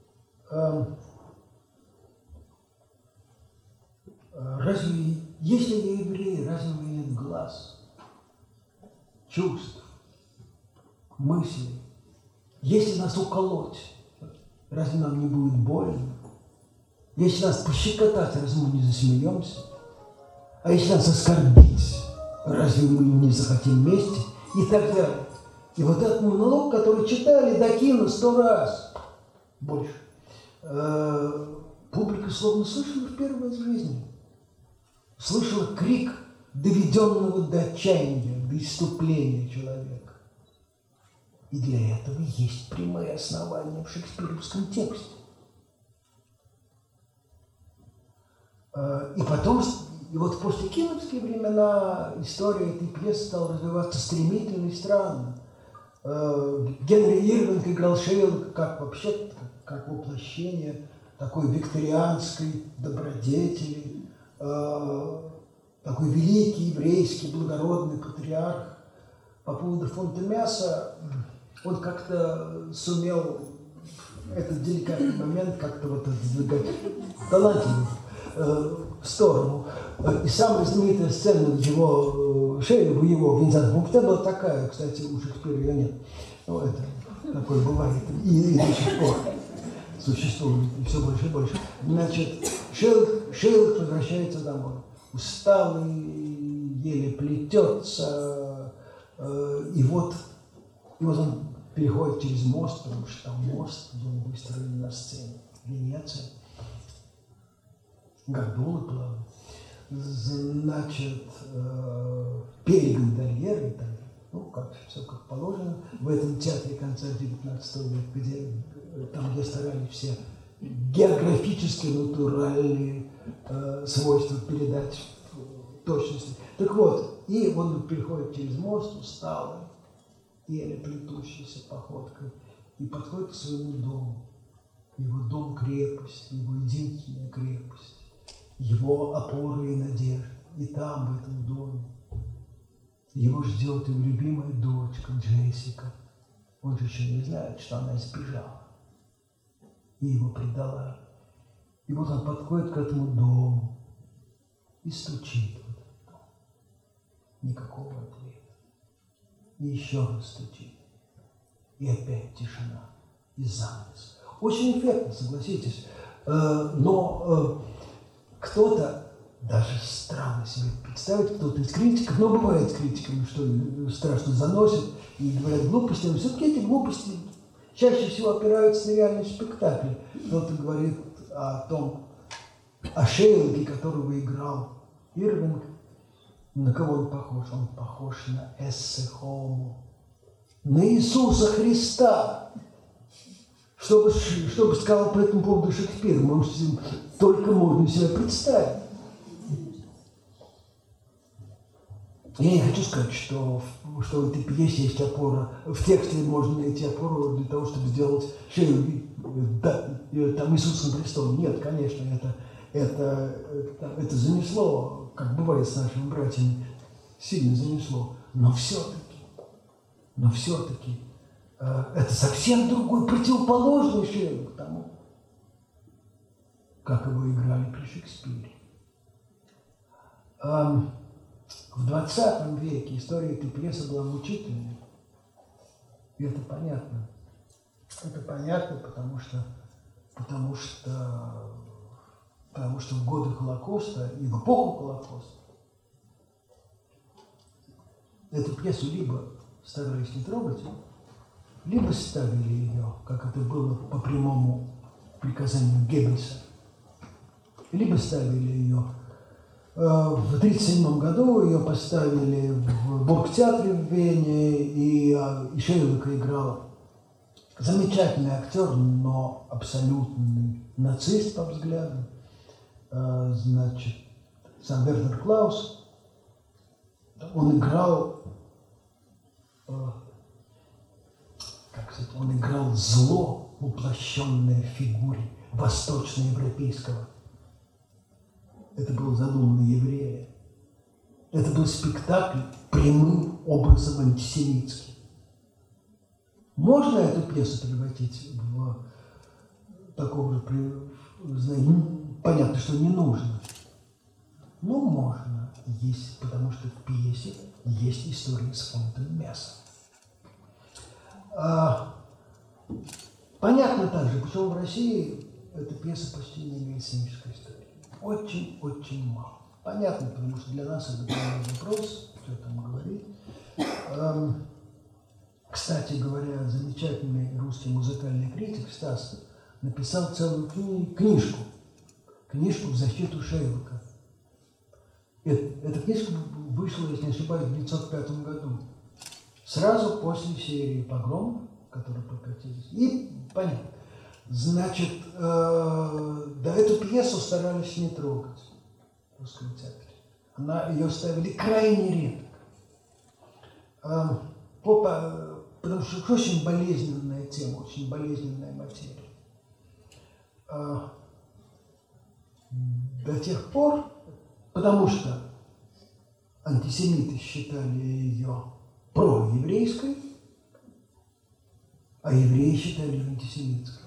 Разве, если я еврей, разве у меня нет глаз, чувств, мыслей? Если нас уколоть, разве нам не будет больно? Если нас пощекотать, разве мы не засмеемся? А если нас оскорбить, разве мы не захотим мести? И так далее. И вот этот монолог, который читали до Кина сто раз, больше, э, публика словно слышала в первый раз в жизни. Слышала крик доведенного до отчаяния, до исступления человека. И для этого есть прямые основания в шекспировском тексте. И потом, и вот после киевские времена история этой пьесы стала развиваться стремительно и странно. Генри Ирвинг играл Шейлока как вообще, как воплощение такой викторианской добродетели, такой великий еврейский благородный патриарх. По поводу фунта мяса он как-то сумел этот деликатный момент как-то вот отодвигать талантливо в сторону. И самая знаменитая сцена его, Шейлока, его Винсент Функте была такая, кстати, у Шекспира ее нет. Ну, это такое бывает и, и до сих пор существует, и все больше и больше. Значит, Шейлок, Шейлок возвращается домой. Усталый, еле плетется, э, и вот, и вот он переходит через мост, потому что там мост был выстроен на сцене в Венеции. Гондолы плавают. Значит, э, перед гондольерой, там, ну, как, все как положено, в этом театре конца девятнадцатого века, где, там, где старались все географически натуральные э, свойства передать в точности. Так вот, и он переходит через мост, усталый, еле плетущейся походкой, и подходит к своему дому. Его дом – крепость, его единственная крепость, его опоры и надежды. И там, в этом доме, его ждет его любимая дочка Джессика. Он же еще не знает, что она сбежала и его предала. И вот он подходит к этому дому и стучит в этот дом. Никакого ответа. И еще раз стучит. И опять тишина. И занавес. Очень эффектно, согласитесь. Но кто-то, даже странно себе представить, кто-то из критиков, но бывает с критиками, что страшно заносят и говорят глупости, но все-таки эти глупости чаще всего опираются на реальные спектакли. Кто-то говорит о том, о Шейлоке, которого играл Ирвинг. На кого он похож? Он похож на Эссе Хомо, на Иисуса Христа. Что бы, что бы сказал по этому поводу Шекспир, можете, только можно себе представить. Я не хочу сказать, что, что в этой пьесе есть опора, в тексте можно найти опору для того, чтобы сделать Шейлока, да, там, Иисусом Христом. Нет, конечно, это, это, это, это занесло, как бывает с нашими братьями, сильно занесло. Но все-таки, но все-таки, э, это совсем другой, противоположный Шейлок тому, как его играли при Шекспире. Эм, В двадцатом веке история этой пьесы была мучительной. И это понятно. Это понятно, потому что, потому что, потому что в годы Холокоста и в эпоху Холокоста эту пьесу либо старались не трогать, либо ставили ее, как это было по прямому приказанию Геббельса, либо ставили ее. В тридцать седьмом году ее поставили в Бургтеатре в Вене, и, и Шейлока играл замечательный актер, но абсолютный нацист по взгляду. Значит, сам Вернер Клаус. Он играл, как сказать, он играл зло, воплощенное в фигуре восточноевропейского. Это было задумано еврея. Это был спектакль прямым образом антисемитским. Можно эту пьесу превратить в такого же, знаете, понятно, что не нужно. Но можно, есть, потому что в пьесе есть история с фунтом мяса. А, понятно также, почему в России эта пьеса почти не имеет сценической истории. Очень-очень мало. Понятно, потому что для нас это главный вопрос, что там говорить. Эм, кстати говоря, замечательный русский музыкальный критик Стас написал целую кни- книжку. Книжку в защиту Шейлока. Эта, эта книжка вышла, если не ошибаюсь, в девятьсот пятом году. Сразу после серии «Погромов», которые прокатились. И понятно. Значит, э, да, эту пьесу старались не трогать. в русском театре. Она, ее ставили крайне редко. А, по, потому что очень болезненная тема, очень болезненная материя. А, до тех пор, потому что антисемиты считали ее проеврейской, а евреи считали ее антисемитской.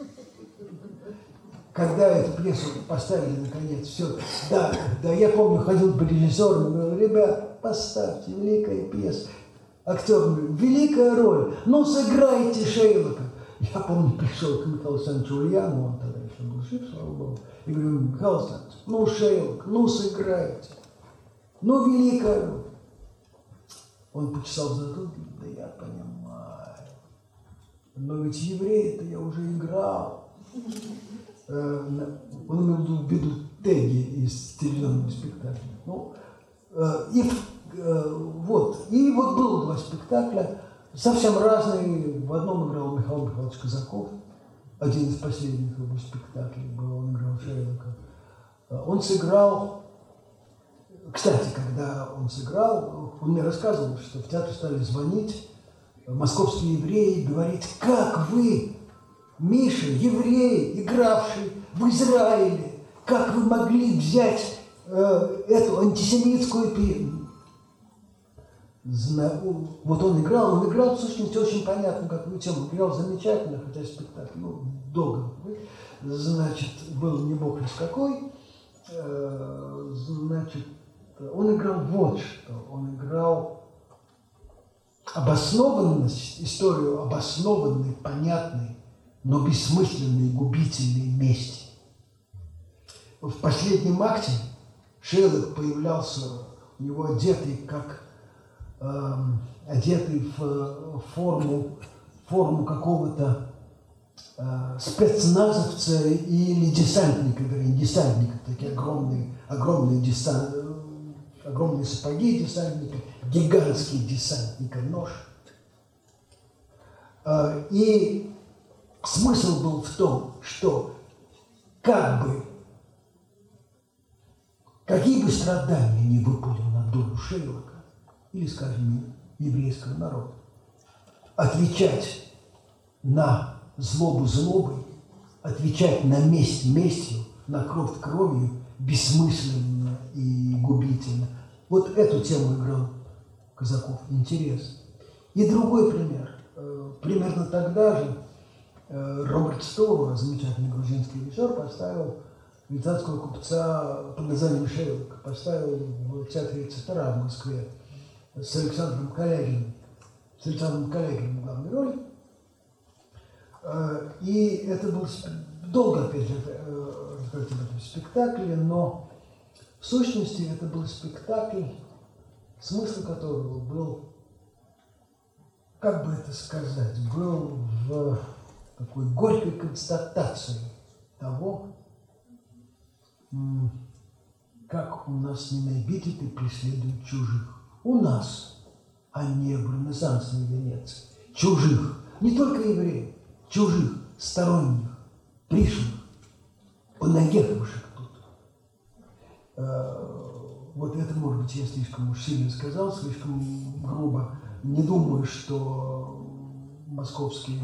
Когда эту пьесу поставили, наконец, все, да, да, я помню, ходил к режиссерам и говорил: ребят, поставьте, великая пьеса. Актер говорит: великая роль, ну сыграйте Шейлока. Я помню, пришел к Михаилу Александровичу Ульянову, он тогда еще был жив, слава богу, и говорю: Михаил Александрович, ну Шейлок, ну сыграйте, ну великая роль. Он почесал в затылке: да я понимаю, но ведь евреи-то я уже играл. Он имел в виду теги из телевизионного спектакля. Ну, и вот, и вот было два спектакля, совсем разные. В одном играл Михаил Михайлович Казаков, один из последних его спектаклей был, он играл Шейлока. Он сыграл, кстати, когда он сыграл, он мне рассказывал, что в театр стали звонить московские евреи, говорить: как вы, Миша, еврей, игравший в Израиле, как вы могли взять э, эту антисемитскую песню? Вот он играл, он играл, в сущности, очень понятно, какую тему. Играл замечательно, хотя спектакль, ну, долго. Значит, был не бог из какой. Э, значит, он играл вот что. Он играл обоснованность, историю обоснованной, понятной, но бессмысленной, губительной мести. В последнем акте Шейлок появлялся, у него одетый как э, одетый в форму, форму какого-то э, спецназовца или десантника, вернее, десантника, такие огромные, огромные, десан, огромные сапоги десантника, гигантский десантника нож. Э, и смысл был в том, что как бы, какие бы страдания ни выпали на долю Шейлока, или, скажем, еврейского народа, отвечать на злобу злобой, отвечать на месть местью, на кровь кровью бессмысленно и губительно. Вот эту тему играл Казаков. Интересно. И другой пример. Примерно тогда же Роберт Стоуэр, замечательный грузинский режиссер, поставил швейцарского купца под названием Шейлок, поставил в театре Цитара в Москве с Александром Калягиным, с Александром Калягиным в главной роли. И это был долго, опять же, рассказать об этом спектакле, но в сущности это был спектакль, смысл которого был, как бы это сказать, был в такой горькой констатацией того, как у нас ненавидят и преследуют чужих. У нас, а не в ренессансной Венеции. Чужих. Не только евреев. Чужих, сторонних, пришлых, понаехавших тут. Вот это, может быть, я слишком уж сильно сказал, слишком грубо. Не думаю, что московские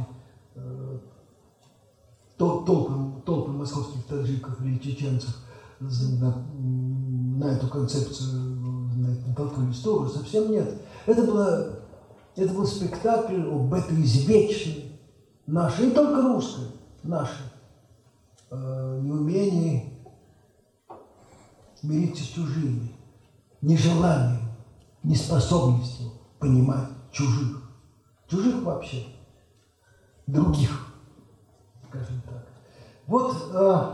толпы, толпы московских таджиков или чеченцев на, на эту концепцию натолкнулись тоже. Совсем нет. Это, было, это был спектакль об этой извечной нашей, не только русской, нашей э, неумении мириться с чужими, нежеланием, неспособностью понимать чужих. Чужих вообще, других, скажем так. Вот, э,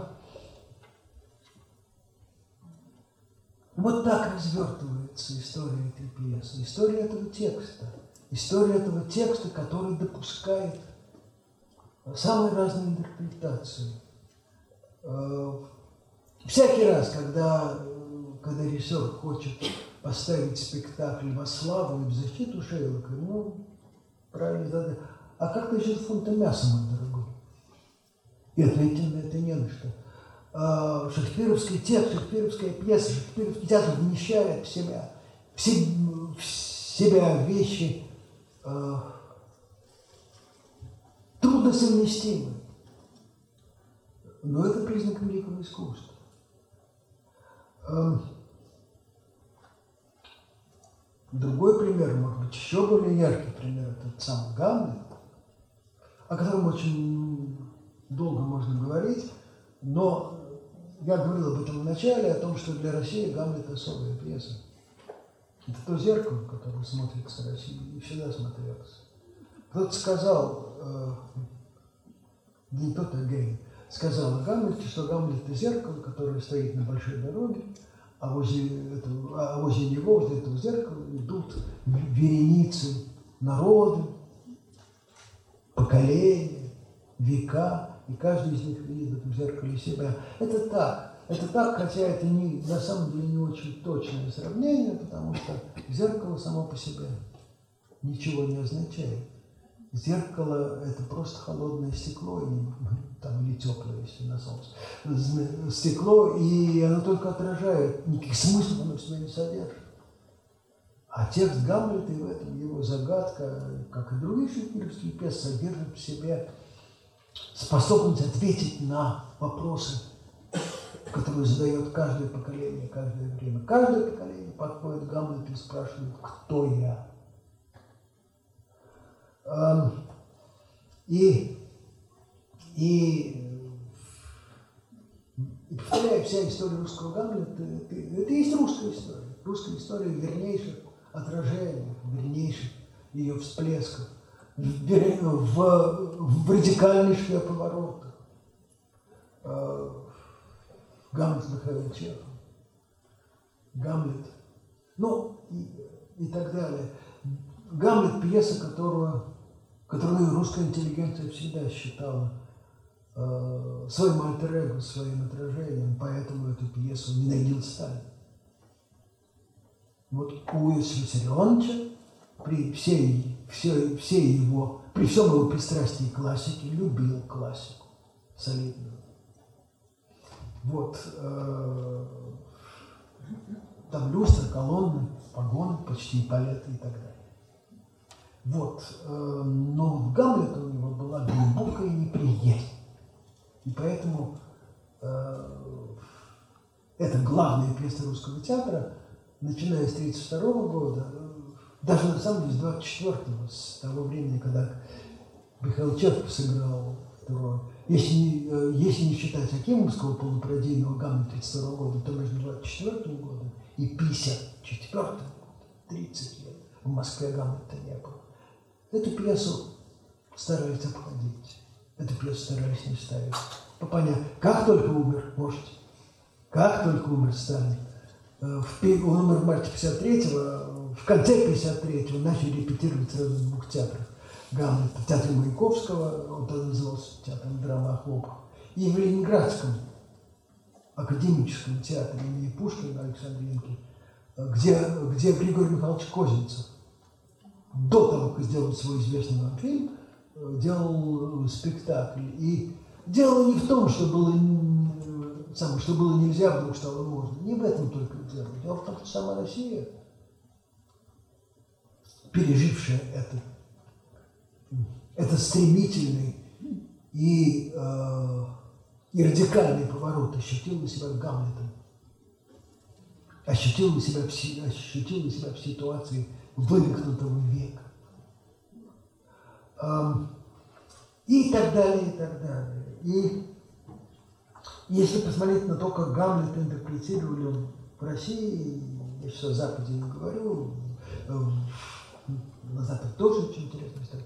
вот так развертывается история этой пьесы, история этого текста, история этого текста, который допускает самые разные интерпретации. Э, всякий раз, когда, когда режиссер хочет поставить спектакль во славу и в защиту Шейлока, ну, правильно задать. А как насчет фунта мяса, мой дорогой? И ответить на это не на что. э, шекспировский текст, шекспировская пьеса, шекспировский театр вмещает в себя, в, се, в себя вещи э, трудносовместимые. Но это признак великого искусства. Э, другой пример, может быть, еще более яркий пример, это сам Гамлет, о котором очень долго можно говорить, но я говорил об этом в начале, о том, что для России Гамлет особая пьеса. Это то зеркало, которое смотрится России и всегда смотрелось. Кто-то сказал, э, не кто-то, а Гейн, сказал о Гамлете, что Гамлет – это зеркало, которое стоит на большой дороге, а возле, этого, а возле него, возле этого зеркала идут вереницы народы, поколения, века, и каждый из них видит в зеркале себя. Это так. Это так, хотя это не, на самом деле не очень точное сравнение, потому что зеркало само по себе ничего не означает. Зеркало – это просто холодное стекло, там, или теплое, если на солнце. Стекло, и оно только отражает, никаких смыслов оно в себе не содержит. А текст Гамлета, и в этом его загадка, как и другие шекспировские пьесы, содержит в себе способность ответить на вопросы, которые задает каждое поколение, каждое время. Каждое поколение подходит к Гамлету и спрашивает, кто я? И, и, и повторяю, вся история русского Гамлета, это, это и есть русская история. Русская история вернейших отражений, вернейших ее всплесков, в, в, в радикальнейших ее поворотах. Гамлет Михаила Чехова, Гамлет, ну и, и так далее. Гамлет – пьеса, которую, которую русская интеллигенция всегда считала э, своим альтер-эго, своим отражением, поэтому эту пьесу ненавидел Сталин. Вот у Иосифа Виссарионовича при всей, всей, всей его, при всем его пристрастии к классике, любил классику солидную. Вот, э, там люстры, колонны, погоны, почти эполеты и так далее. Вот, э, но в Гамлета у него была глубокая неприязнь. И поэтому э, это главная пьеса русского театра, начиная с тридцать второго года, даже на самом деле с двадцать четвёртого, с того времени, когда Михаил Чехов сыграл эту роль. Если не, если не считать Акимовского полупародийного Гамлета тридцать второго года, то между двадцать четвёртым годом и пятьдесят четвёртым годом, тридцать лет, в Москве Гамлета не было. Эту пьесу старались обходить, эту пьесу старались не ставить. По понятию, как только умер вождь, как только умер Сталин, в, он умер в марте пятьдесят третьего, в конце пятьдесят третьего начали репетировать сразу в двух театрах. Гамлет в театре Маяковского, он тогда назывался театром драмы Охлопов, и в Ленинградском академическом театре имени Пушкина Александринки, где, где Григорий Михайлович Козинцев до того, как сделал свой известный нам фильм, делал спектакль. И дело не в том, что было, самое, что было нельзя, вдруг стало можно. Не в этом только дело. Дело в том, что сама Россия, пережившая это, это стремительный и, э, и радикальный поворот, ощутила себя Гамлетом, ощутила себя, в, ощутила себя в ситуации вывихнутого века. Э, и так далее, и так далее. И если посмотреть на то, как Гамлета интерпретировали в России, я сейчас о Западе не говорю, э, на Запад тоже очень интересная история,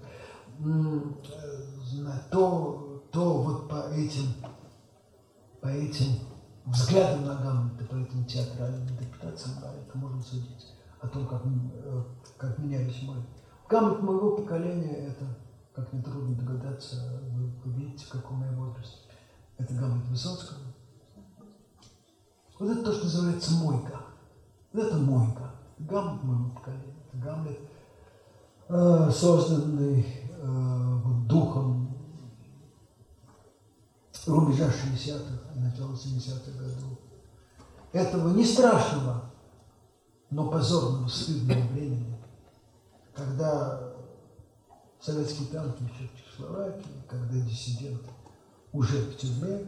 то, то вот по этим, по этим взглядам на Гамлета, по этим театральным интерпретациям Гамлета можно судить о том, как, как менялись мы. Гамлет моего поколения – это, как нетрудно догадаться, вы, вы видите, в каком я возрасте. Это Гамлет Высоцкого. Вот это то, что называется мой Гамлет. Вот это мой Гамлет. Гамлет моего поколения. Это Гамлет, созданный э, вот, духом рубежа шестидесятых и начала семидесятых годов. Этого не страшного, но позорного, стыдного времени, когда советские танки еще в Чехословакии, когда диссиденты уже в тюрьме.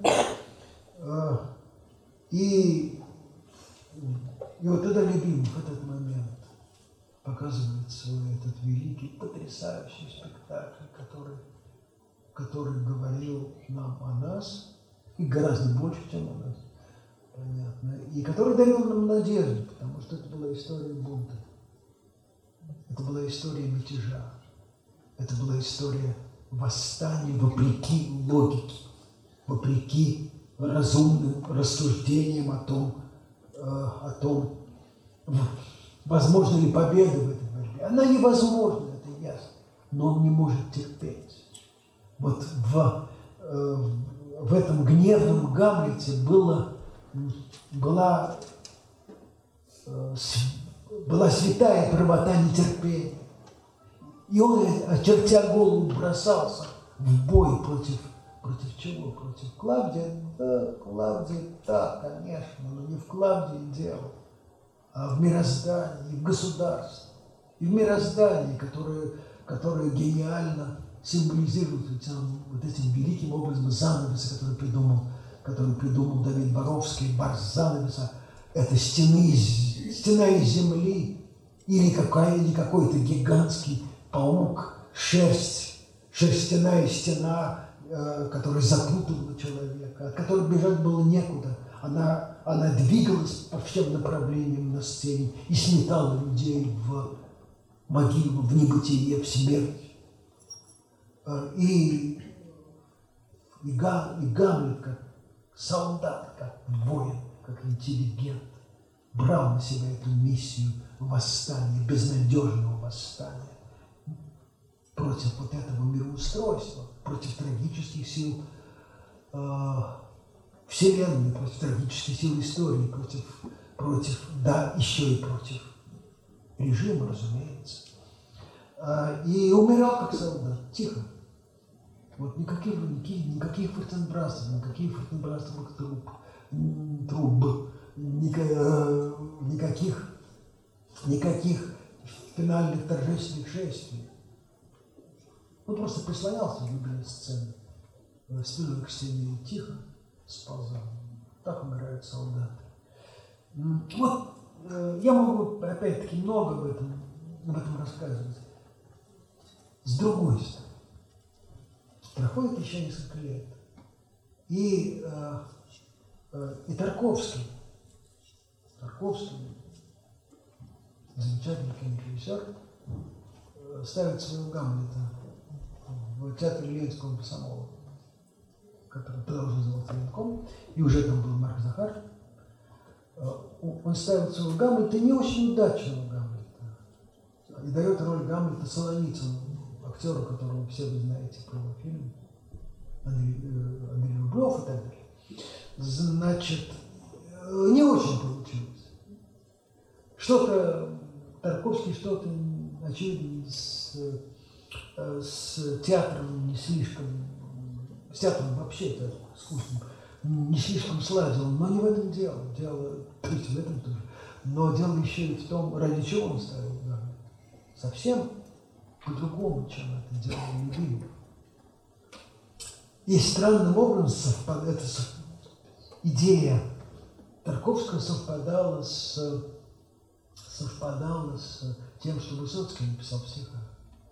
И, и вот тогда Любимов в этот момент показывает свой этот великий, потрясающий спектакль, который, который говорил нам о нас, и гораздо больше, чем о нас, понятно, и который дарил нам надежду, потому что это была история бунта, это была история мятежа, это была история восстания вопреки логике, вопреки разумным рассуждениям о том, э, о том, возможно ли победа в этой борьбе. Она невозможна, это ясно, но он не может терпеть. Вот в, э, в этом гневном Гамлете было, была, э, была святая правота нетерпения. И он, очертя голову, бросался в бой против, против чего? Против Клавдия? Да, Клавдия, да, конечно, но не в Клавдии дело, а в мироздании, в государстве. И в мироздании, которое, которое гениально символизирует этим, вот этим великим образом занавеса, который придумал, который придумал Давид Боровский, барс занавеса. Это стены, стена из земли или, какая, или какой-то гигантский паук, шерсть, шерстяная стена, э, которая запутывала человека, от которой бежать было некуда. Она, она двигалась по всем направлениям на сцене и сметала людей в могилу, в небытие, в смерть. И, и, Гам, и Гамлет, как солдат, как воин, как интеллигент, брал на себя эту миссию восстания, безнадежного восстания против вот этого мироустройства, против трагических сил э, Вселенной, против трагических сил истории, против, против, да, еще и против режима, разумеется. Э, и умирал как солдат, тихо. Вот никаких, никаких, никаких фортенбрасов, никаких фортенбрасовых труб, труб никаких, никаких финальных торжественных шествий. Он просто прислонялся в любые сцены, спиной к стене и тихо сползал. Так умирают солдаты. Вот я могу опять-таки много в этом, об этом рассказывать. С другой стороны, проходит еще несколько лет, и, э, э, и Тарковский, Тарковский, замечательный кинорежиссер, э, ставит своего Гамлета в театре Ленинского комсомола, который продолжил называться Ленком, и уже там был Марк Захар. Э, он ставит своего Гамлета, не очень удачного Гамлета, и дает роль Гамлета Солоницыну, актеру, которого все вы знаете по его фильму, Андрей, Андрей Рублев и так далее. Значит, не очень получилось. Что-то, Тарковский что-то, очевидно, с, с театром не слишком, с театром вообще-то искусством не слишком сладил, но не в этом дело. Дело, то есть в этом тоже. Но дело еще и в том, ради чего он ставил Гамлета. Совсем по-другому, чем это делал Любимов. И странным образом совпадает, эта идея Тарковского совпадала с, совпадала с тем, что Высоцкий написал в стихах.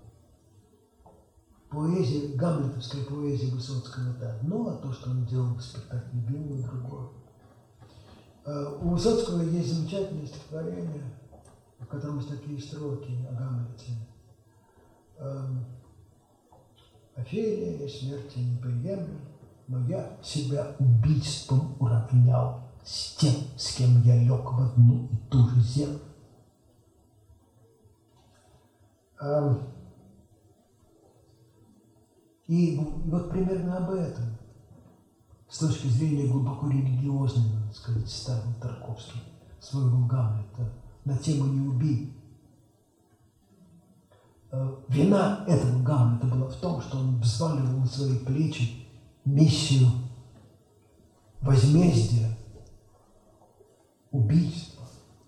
Поэзия, гамлетовская поэзия Высоцкого – это одно, а то, что он делал в спектакле Любимого – другое. У Высоцкого есть замечательное стихотворение, в котором есть такие строки о Гамлете. Офелия, я смерти не приемлю, но я себя убийством уравнял с тем, с кем я лег в одну и ту же землю. И вот примерно об этом, с точки зрения глубоко религиозной, надо сказать, ставил Тарковский своего Гамлета на тему «Не убий». Вина этого Гамлета была в том, что он взваливал на свои плечи миссию возмездие, убийство.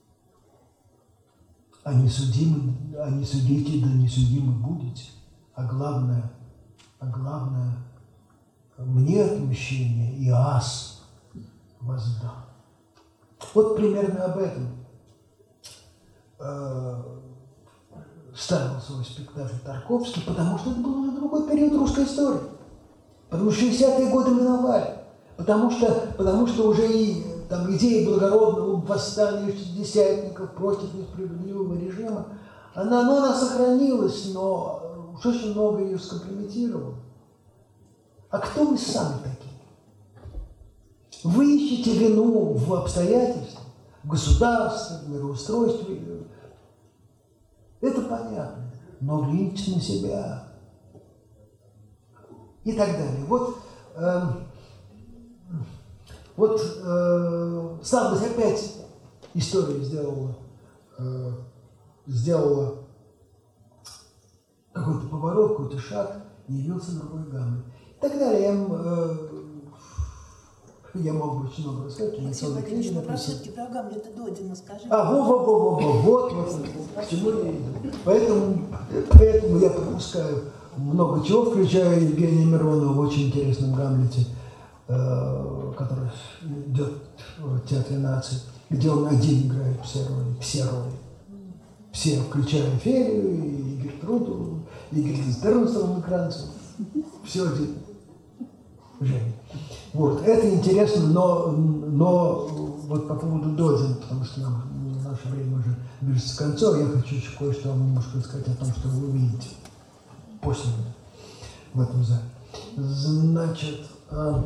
А не судимы, а не судите, да не судимы будете. А главное, а главное, мне отмщение и ас воздам. Вот примерно об этом э, ставил свой спектакль Тарковский, потому что это был уже другой период русской истории. Потому что шестидесятые годы миновали. Потому что, потому что уже и там, идея благородного восстания шестидесятников против несправедливого режима, она, ну, она сохранилась, но уж очень много ее скомпрометировало. А кто вы сами такие? Вы ищете вину в обстоятельствах, в государстве, в мироустройстве. Это понятно. Но глядите на себя. И так далее. Вот, э, вот э, слабость опять история сделала, э, сделала какой-то поворот, какой-то шаг, и явился другой Гамлет. И так далее. Я, э, я мог бы очень много рассказать. Алексей Владимирович, ну, про все-таки про Гамлета Додина скажи. А, во-во-во-во-во, вот, вот, к чему я иду. Поэтому, поэтому я пропускаю много чего, включая Евгения Миронова в очень интересном Гамлете, э, который идет в Театре наций, где он один играет все роли, все роли. Все, включая Фелию, и Гертруду, и Гильденстернского экранца. Все один. Женя. Вот, это интересно, но, но вот по поводу Додина, потому что нам, наше время уже близится к концу, я хочу еще кое-что вам немножко сказать о том, что вы увидите после меня в этом зале. Значит, а,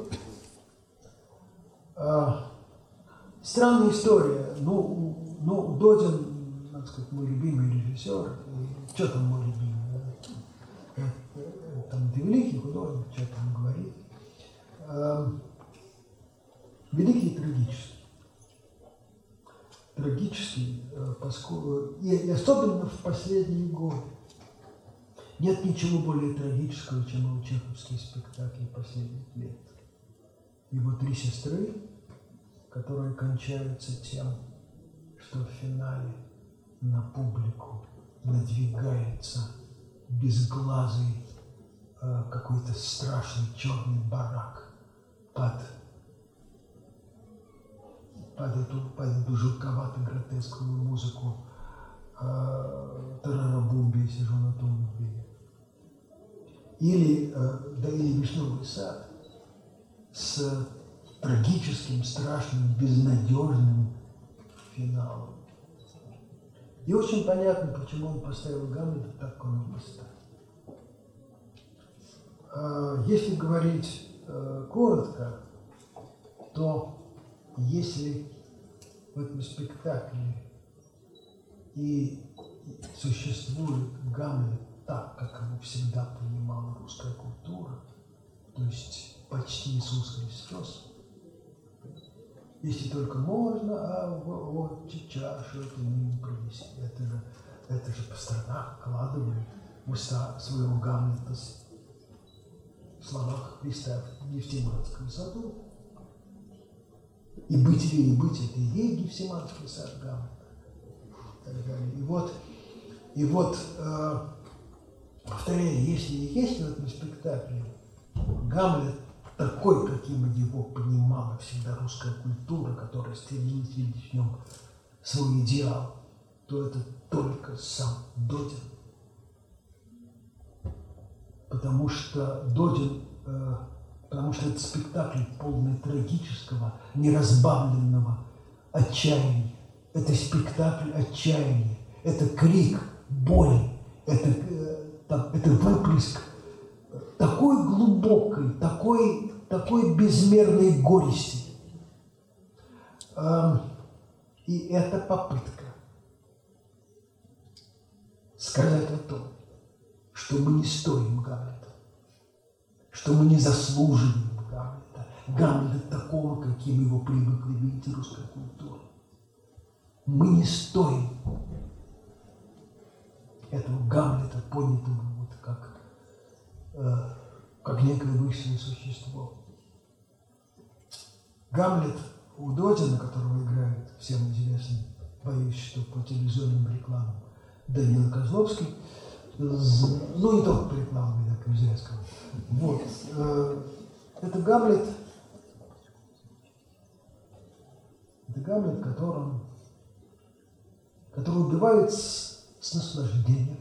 а, странная история. Ну, ну, Додин, так сказать, мой любимый режиссер. И, что там мой любимый? Там ты великий художник, что там говорит. Великий и трагический. Трагический, поскольку, и, и особенно в последние годы. Нет ничего более трагического, чем его чеховские спектакли последних лет. Его три сестры, которые кончаются тем, что в финале на публику надвигается безглазый э, какой-то страшный черный барак под, под, эту, под эту жутковато-гротескную музыку э, Тарарабумби, сижу на Тумбе. Или, э, да, или Вишневый сад с трагическим, страшным, безнадежным финалом. И очень понятно, почему он поставил Гамлета так, как он поставил. Если говорить коротко, то если в этом спектакле и существует Гамлет так, как его всегда понимала русская культура, то есть почти Иисус Христос, если только можно, а вот чашу это мимо принести. Это же, это же Пастернак вкладывает в уста своего Гамлета в словах Христа в Гефсиманском саду. И быть ли не быть, это и есть Гефсиманский сад Гамлета. И так далее. И вот, и вот э, повторяю, если есть в этом спектакле Гамлет такой, каким его понимала всегда русская культура, которая стремилась видеть в нем свой идеал, то это только сам Додин. Потому что Додин, э, потому что это спектакль полный трагического, неразбавленного отчаяния. Это спектакль отчаяния, это крик боли, это, э, там, это выплеск такой глубокой, такой, такой безмерной горести. И это попытка сказать о том, что мы не стоим Гамлета, что мы не заслуживаем Гамлета, Гамлета такого, каким его привыкла видеть русская культура. Мы не стоим этого Гамлета, понятого вот как как некое высшее существо. Гамлет у Додина, которого играет всем известный, боюсь, что по телевизионным рекламам, Данила Козловский, ну не только по рекламам, я так нельзя сказать. Вот. Это Гамлет, это Гамлет, которым, который убивает с, с наслаждением.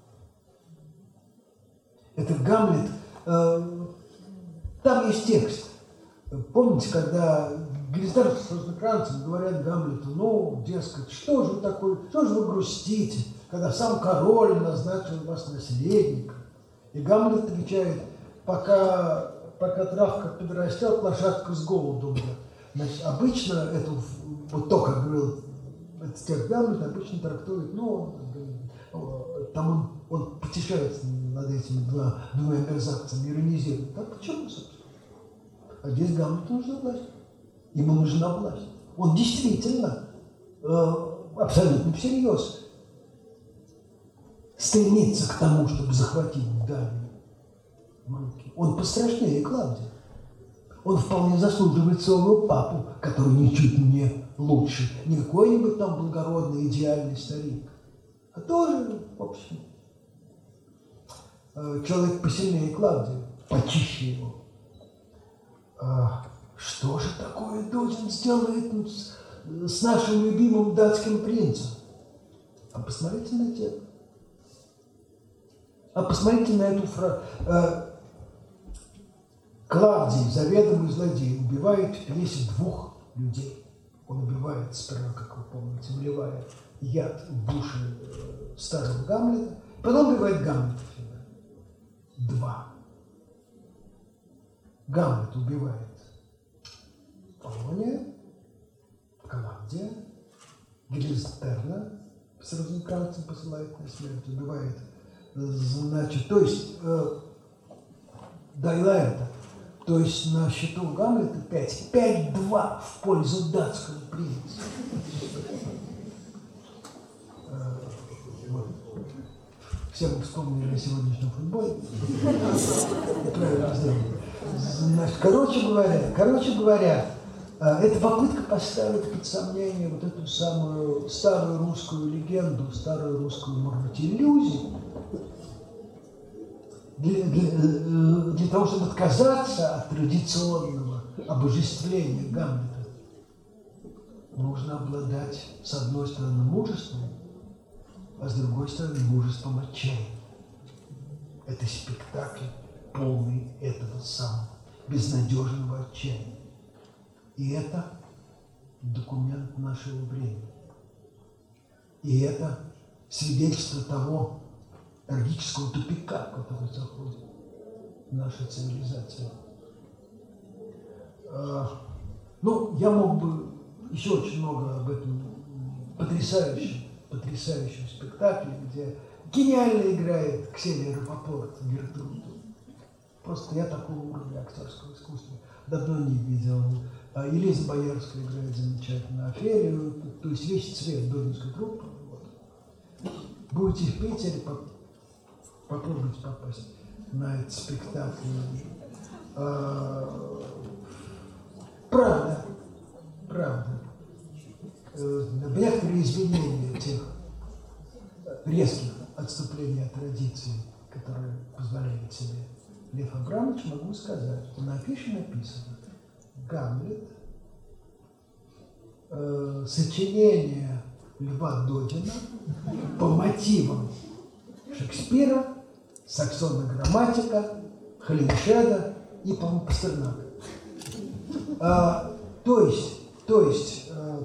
Это Гамлет, э, там есть текст. Помните, когда Гильздар с Рознокранцем говорят Гамлету, ну, дескать, что же вы такое, что же вы грустите, когда сам король назначил вас наследником? И Гамлет отвечает, пока, пока травка подрастет, лошадка с голоду умрет. Значит, обычно эту, вот то, как говорил этот текст Гамлет, обычно трактует, ну, там он, он потешается над этими два, двумя мерзавцами, иронизирует. Так почему, собственно? А здесь Гамлету нужна власть. Ему нужна власть. Он действительно, э, абсолютно всерьез стремится к тому, чтобы захватить Данию в руки. Он пострашнее Клавдия. Он вполне заслуживает своего папу, который ничуть не лучше. Не какой-нибудь там благородный, идеальный старик, а тоже, в общем, э, человек посильнее Клавдия, почище его. А что же такое Додин сделает с, с нашим любимым датским принцем? А посмотрите на текст. А посмотрите на эту фразу. Клавдий, заведомый злодей, убивает в пьесе двух людей. Он убивает сперва, как вы помните, вливая яд в уши э, старого Гамлета, потом убивает Гамлета. Два. Гамлет убивает Полония, Клавдия, Гильстерна с Розенкранцем посылает на смерть, убивает, значит, то есть э, Дайлайта, то есть на счету Гамлета пять, пять-два в пользу датского принца. Э, вот. Все мы вспомнили о сегодняшнем футболе. Правильно сделали. Значит, короче говоря, короче говоря, это попытка поставить под сомнение вот эту самую старую русскую легенду, старую русскую, может быть, иллюзию, для, для, для того, чтобы отказаться от традиционного обожествления Гамлета, нужно обладать, с одной стороны, мужеством, а с другой стороны, мужеством отчаяния. Это спектакль, полный этого самого безнадежного отчаяния. И это документ нашего времени. И это свидетельство того трагического тупика, в который заходит наша цивилизация. Ну, я мог бы еще очень много об этом потрясающем, потрясающем спектакле, где гениально играет Ксения Рапопорт Гертруду. Просто я такого уровня актерского искусства давно не видел. Елиза Боярская играет замечательно Офелию, то есть весь цвет додинской труппы. Вот. Будете в Питере, попробуйте попасть на этот спектакль. А, правда, правда. Некоторые изменения тех резких отступлений от традиции, которые позволяет себе Лев Абрамович, могу сказать, что на афише написано Гамлет, э, сочинение Льва Додина по мотивам Шекспира, Саксона Грамматика, Холиншеда и, по-моему, Пастернака. А, то есть, то есть э,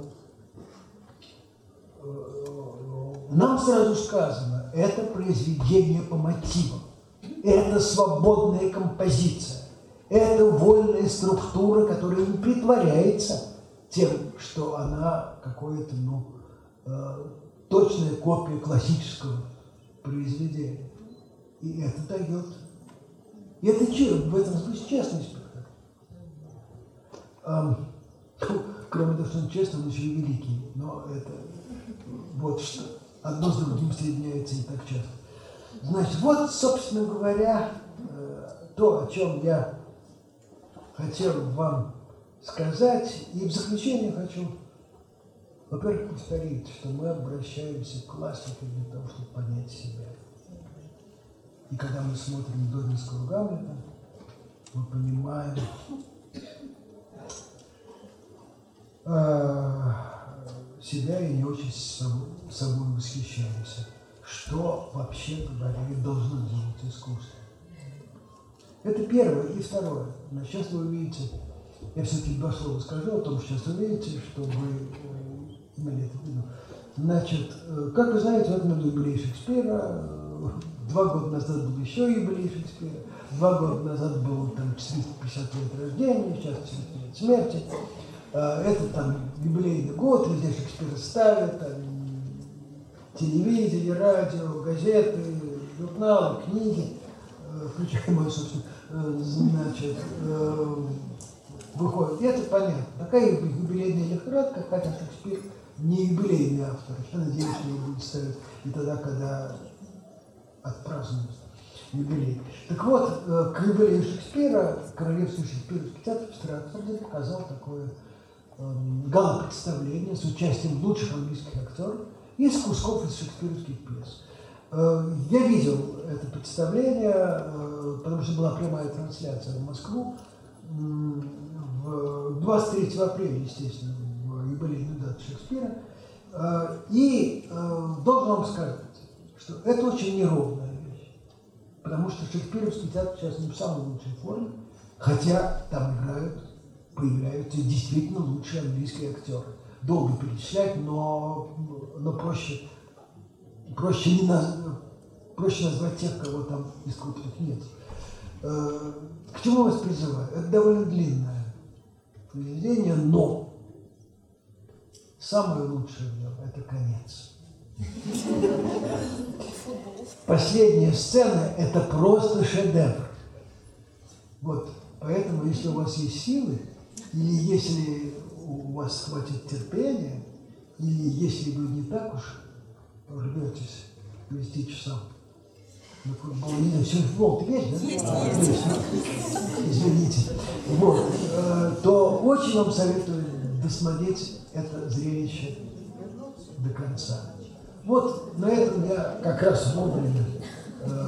э, нам сразу сказано, это произведение по мотивам, это свободная композиция. Это вольная структура, которая не притворяется тем, что она какое-то, ну, э, точная копия классического произведения. И это дает. И это в этом смысле честный спектакль. Эм, кроме того, что он честный, он еще и великий. Но это вот что. Одно с другим соединяется не так часто. Значит, вот, собственно говоря, э, то, о чем я хотел вам сказать. И в заключение хочу, во-первых, повторить, что мы обращаемся к классике для того, чтобы понять себя. И когда мы смотрим Доринского Гамлета, мы понимаем э, себя и не очень собой, собой восхищаемся. Что, вообще говоря, должно делать искусство? Это первое. И второе. Значит, сейчас вы увидите, я все-таки два слова скажу о том, что сейчас увидите, что вы э, имели это в виду. Значит, э, как вы знаете, в этом году юбилей Шекспира. Два года назад был еще юбилей Шекспира. Два года назад был там четыреста пятьдесят лет рождения, сейчас четыреста лет смерти. Э, это там юбилейный год, везде Шекспира ставят, там, телевидение, радио, газеты, журналы, книги, э, включая мой, собственно, э, значит, э, выходит. И это понятно. Такая юбилейная лихорадка, хотя Шекспир не юбилейный автор. Я надеюсь, что его будет ставить и тогда, когда отпразднуют юбилей. Так вот, э, к юбилею Шекспира Королевский Шекспировский театр в Стратфорде показал такое э, гала-представление с участием лучших английских актеров из кусков из шекспировских пьес. Я видел это представление, потому что была прямая трансляция в Москву двадцать третьего апреля, естественно, в юбилейную дату Шекспира. И должен вам сказать, что это очень неровная вещь, потому что шекспировский театр сейчас не в самой лучшей форме, хотя там играют, появляются действительно лучшие английские актеры. Долго перечислять, но, но проще, проще, не наз, проще назвать тех, кого там из крупных нет. Э, к чему вас призываю? Это довольно длинное произведение, но самое лучшее в нем – это конец. Последняя сцена – это просто шедевр. Вот, поэтому, если у вас есть силы, или если у вас хватит терпения, или если вы не так уж рветесь вести часам на футбол, не знаю, сегодня футбол-то есть, да? Есть, а, есть. есть. Извините. Вот, э, то очень вам советую досмотреть это зрелище до конца. Вот на этом я как раз вовремя э,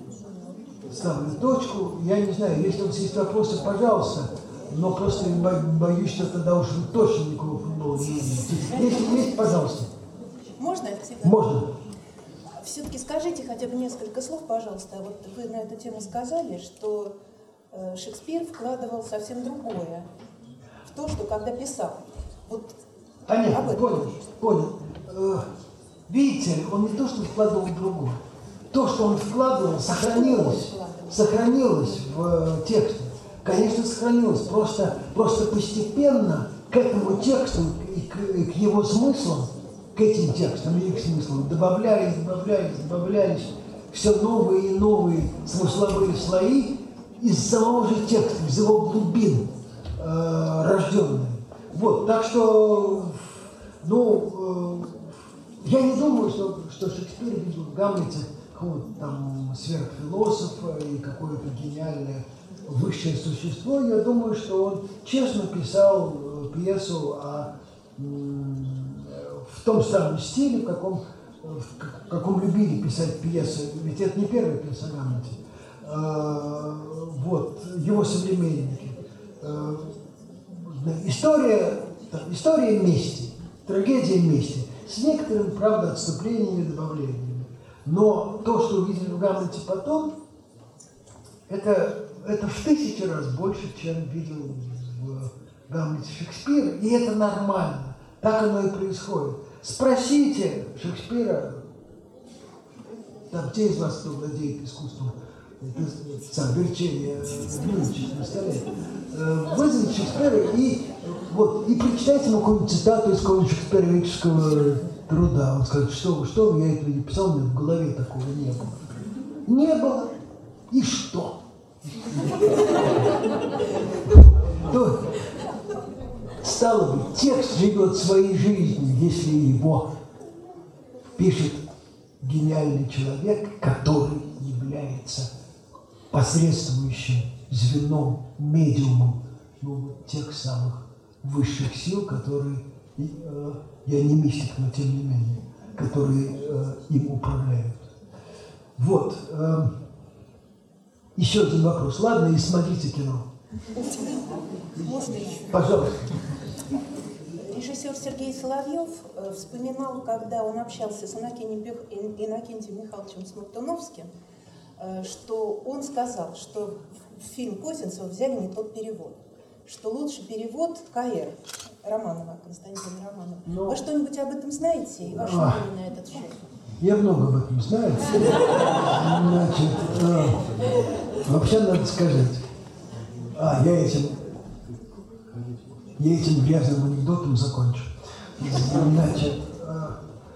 ставлю точку. Я не знаю, если у вас есть вопросы, пожалуйста. Но просто боюсь, что тогда уж вы точно никакого футбола не увидите. Если есть, пожалуйста. Можно, Алексей? Можно. Все-таки скажите хотя бы несколько слов, пожалуйста. Вот вы на эту тему сказали, что э, Шекспир вкладывал совсем другое в то, что когда писал. Вот Понятно, понял, понял. Э, видите ли, он не то, что вкладывал в другое. То, что он вкладывал, сохранилось, сохранилось в э, тексте. Конечно, сохранилось, просто, просто постепенно к этому тексту и к, и к его смыслам, к этим текстам и их смыслам добавлялись, добавлялись, добавлялись все новые и новые смысловые слои из самого же текста, из его глубин э, рожденные. Вот, так что, ну, э, я не думаю, что, что Шекспир видел в Гамлете какого-то там сверхфилософа и какое-то гениальное высшее существо. Я думаю, что он честно писал э, пьесу о, э, в том самом стиле, в каком, в каком любили писать пьесы. Ведь это не первая пьеса о Гамлете. Э, вот, его современники. Э, история, история мести, трагедия мести, с некоторыми, правда, отступлениями и добавлениями. Но то, что увидели в Гамлете потом, это, это в тысячу раз больше, чем видел в Гамлете Шекспир, и это нормально. Так оно и происходит. Спросите Шекспира, там те из вас, кто владеет искусством верчения блюдечек на столе, вызовите Шекспира и, вот, и прочитайте ему какую-нибудь цитату из какого-нибудь шекспировического труда. Он скажет, что вы, что вы, я этого не писал, у меня в голове такого не было. Не было. И что? То, стало быть, текст живет своей жизнью, если его пишет гениальный человек, который является посредствующим звеном, медиумом ну, тех самых высших сил, которые, э, я не мистик, но тем не менее, которые э, им управляют. Вот. Э, еще один вопрос. Ладно, и смотрите кино. Можно еще? Пожалуйста. Режиссер Сергей Соловьев вспоминал, когда он общался с Иннокентием Михайловичем Смоктуновским, что он сказал, что в фильм Козинцева взяли не тот перевод, что лучше перевод ка эр Романова, Константина Романова. Но... Вы что-нибудь об этом знаете и ваше мнение на этот счет? Я много об этом знаю. Значит, э, вообще надо сказать, а, я этим, я этим грязным анекдотом закончу. Значит, э,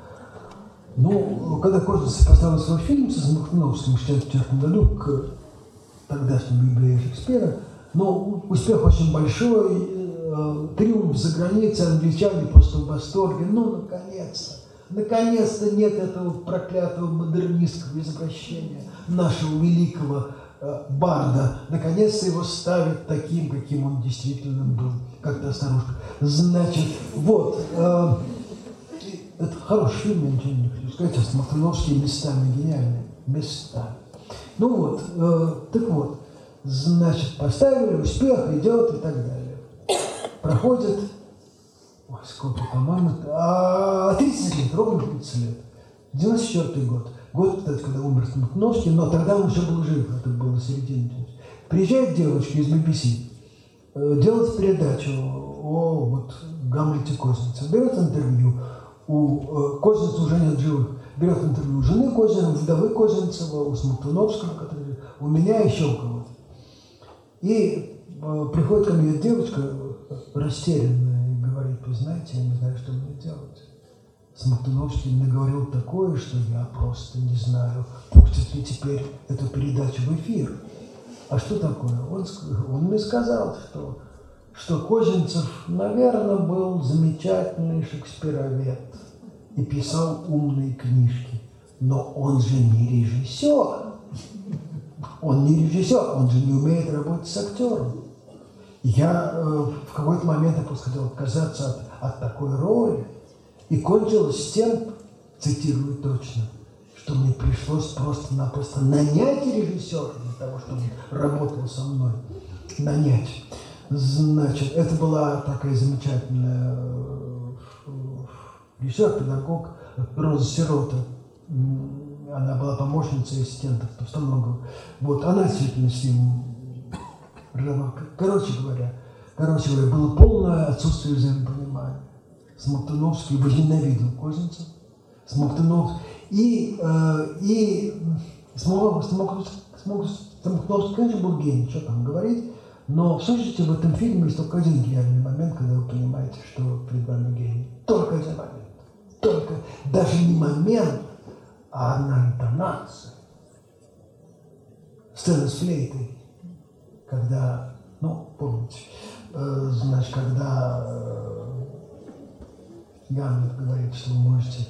ну, когда Козинцев поставил свой фильм со Смоктуновским в шестьдесят четвёртом году к тогдашнему юбилею Шекспира, но успех очень большой, э, триумф за границей, англичане просто в восторге, ну, наконец-то. Наконец-то нет этого проклятого модернистского извращения нашего великого э, барда. Наконец-то его ставят таким, каким он действительно был. Как-то старушка. Значит, вот. Э, это хороший фильм, я ничего не хочу сказать. А Смоктуновские местами гениальные. Местами. Ну вот. Э, так вот. Значит, поставили, успех идет и так далее. Проходит... Ой, сколько, по-моему, а, тридцать лет, ровно тридцать лет. девяносто четвёртый год. Год, кстати, когда умер Смоктуновский, но тогда он еще был жив, это было на середине. Приезжает девочка из би би си, делает передачу о вот, Гамлете Козинцева, берет интервью, у Козинцева уже нет живых, берет интервью у жены Козинцева, вдовы Козинцева, у Смоктуновского, который, у меня еще у кого-то. И приходит ко мне девочка растерянная, вы знаете, я не знаю, что мне делать. Смоктуновский мне говорил такое, что я просто не знаю, пустят ли теперь эту передачу в эфир. А что такое? Он, он мне сказал, что, что Козинцев, наверное, был замечательный шекспировед и писал умные книжки. Но он же не режиссер. Он не режиссер, он же не умеет работать с актером. Я э, в какой-то момент я просто хотел отказаться от, от такой роли. И кончилось тем, цитирую точно, что мне пришлось просто-напросто нанять режиссера для того, чтобы он работал со мной. Нанять. Значит, это была такая замечательная э, режиссер, педагог Роза Сирота. Она была помощницей ассистентов Товстоногова. Вот, она действительно с ним... Короче говоря, короче говоря, было полное отсутствие взаимопонимания. Смоктуновский возненавидел Козинцева. Смоктуновский и, э, и Смоктуновский, конечно, был гений, что там говорить, но в сущности в этом фильме есть только один гениальный момент, когда вы понимаете, что перед вами гений. Только один момент. Только, даже не момент, а одна интонация. Сцена с флейтой. Когда, ну, помните, э, значит, когда э, Гамлет говорит, что вы можете,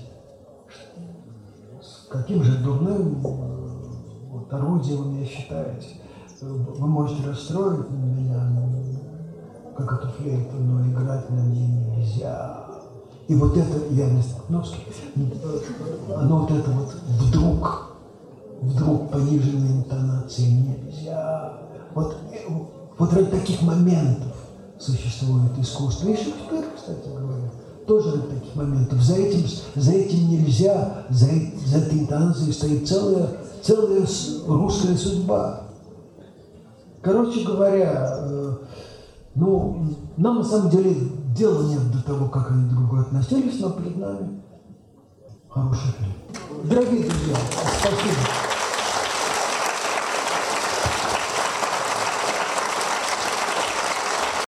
с каким же дурным э, вот, орудием вы меня считаете, вы можете расстроить меня, как эту флейту, но играть на ней нельзя. И вот это, я не Смоктуновский, оно вот это вот вдруг, вдруг пониженной интонации нельзя. Вот, вот ради таких моментов существует искусство. И Шекспир, кстати говоря, тоже ради таких моментов. За этим, за этим нельзя, за, за этой интонацией стоит целая, целая русская судьба. Короче говоря, э, ну, нам на самом деле дела нет до того, как они друг к другу относились, но перед нами хороший фильм. Дорогие друзья, спасибо.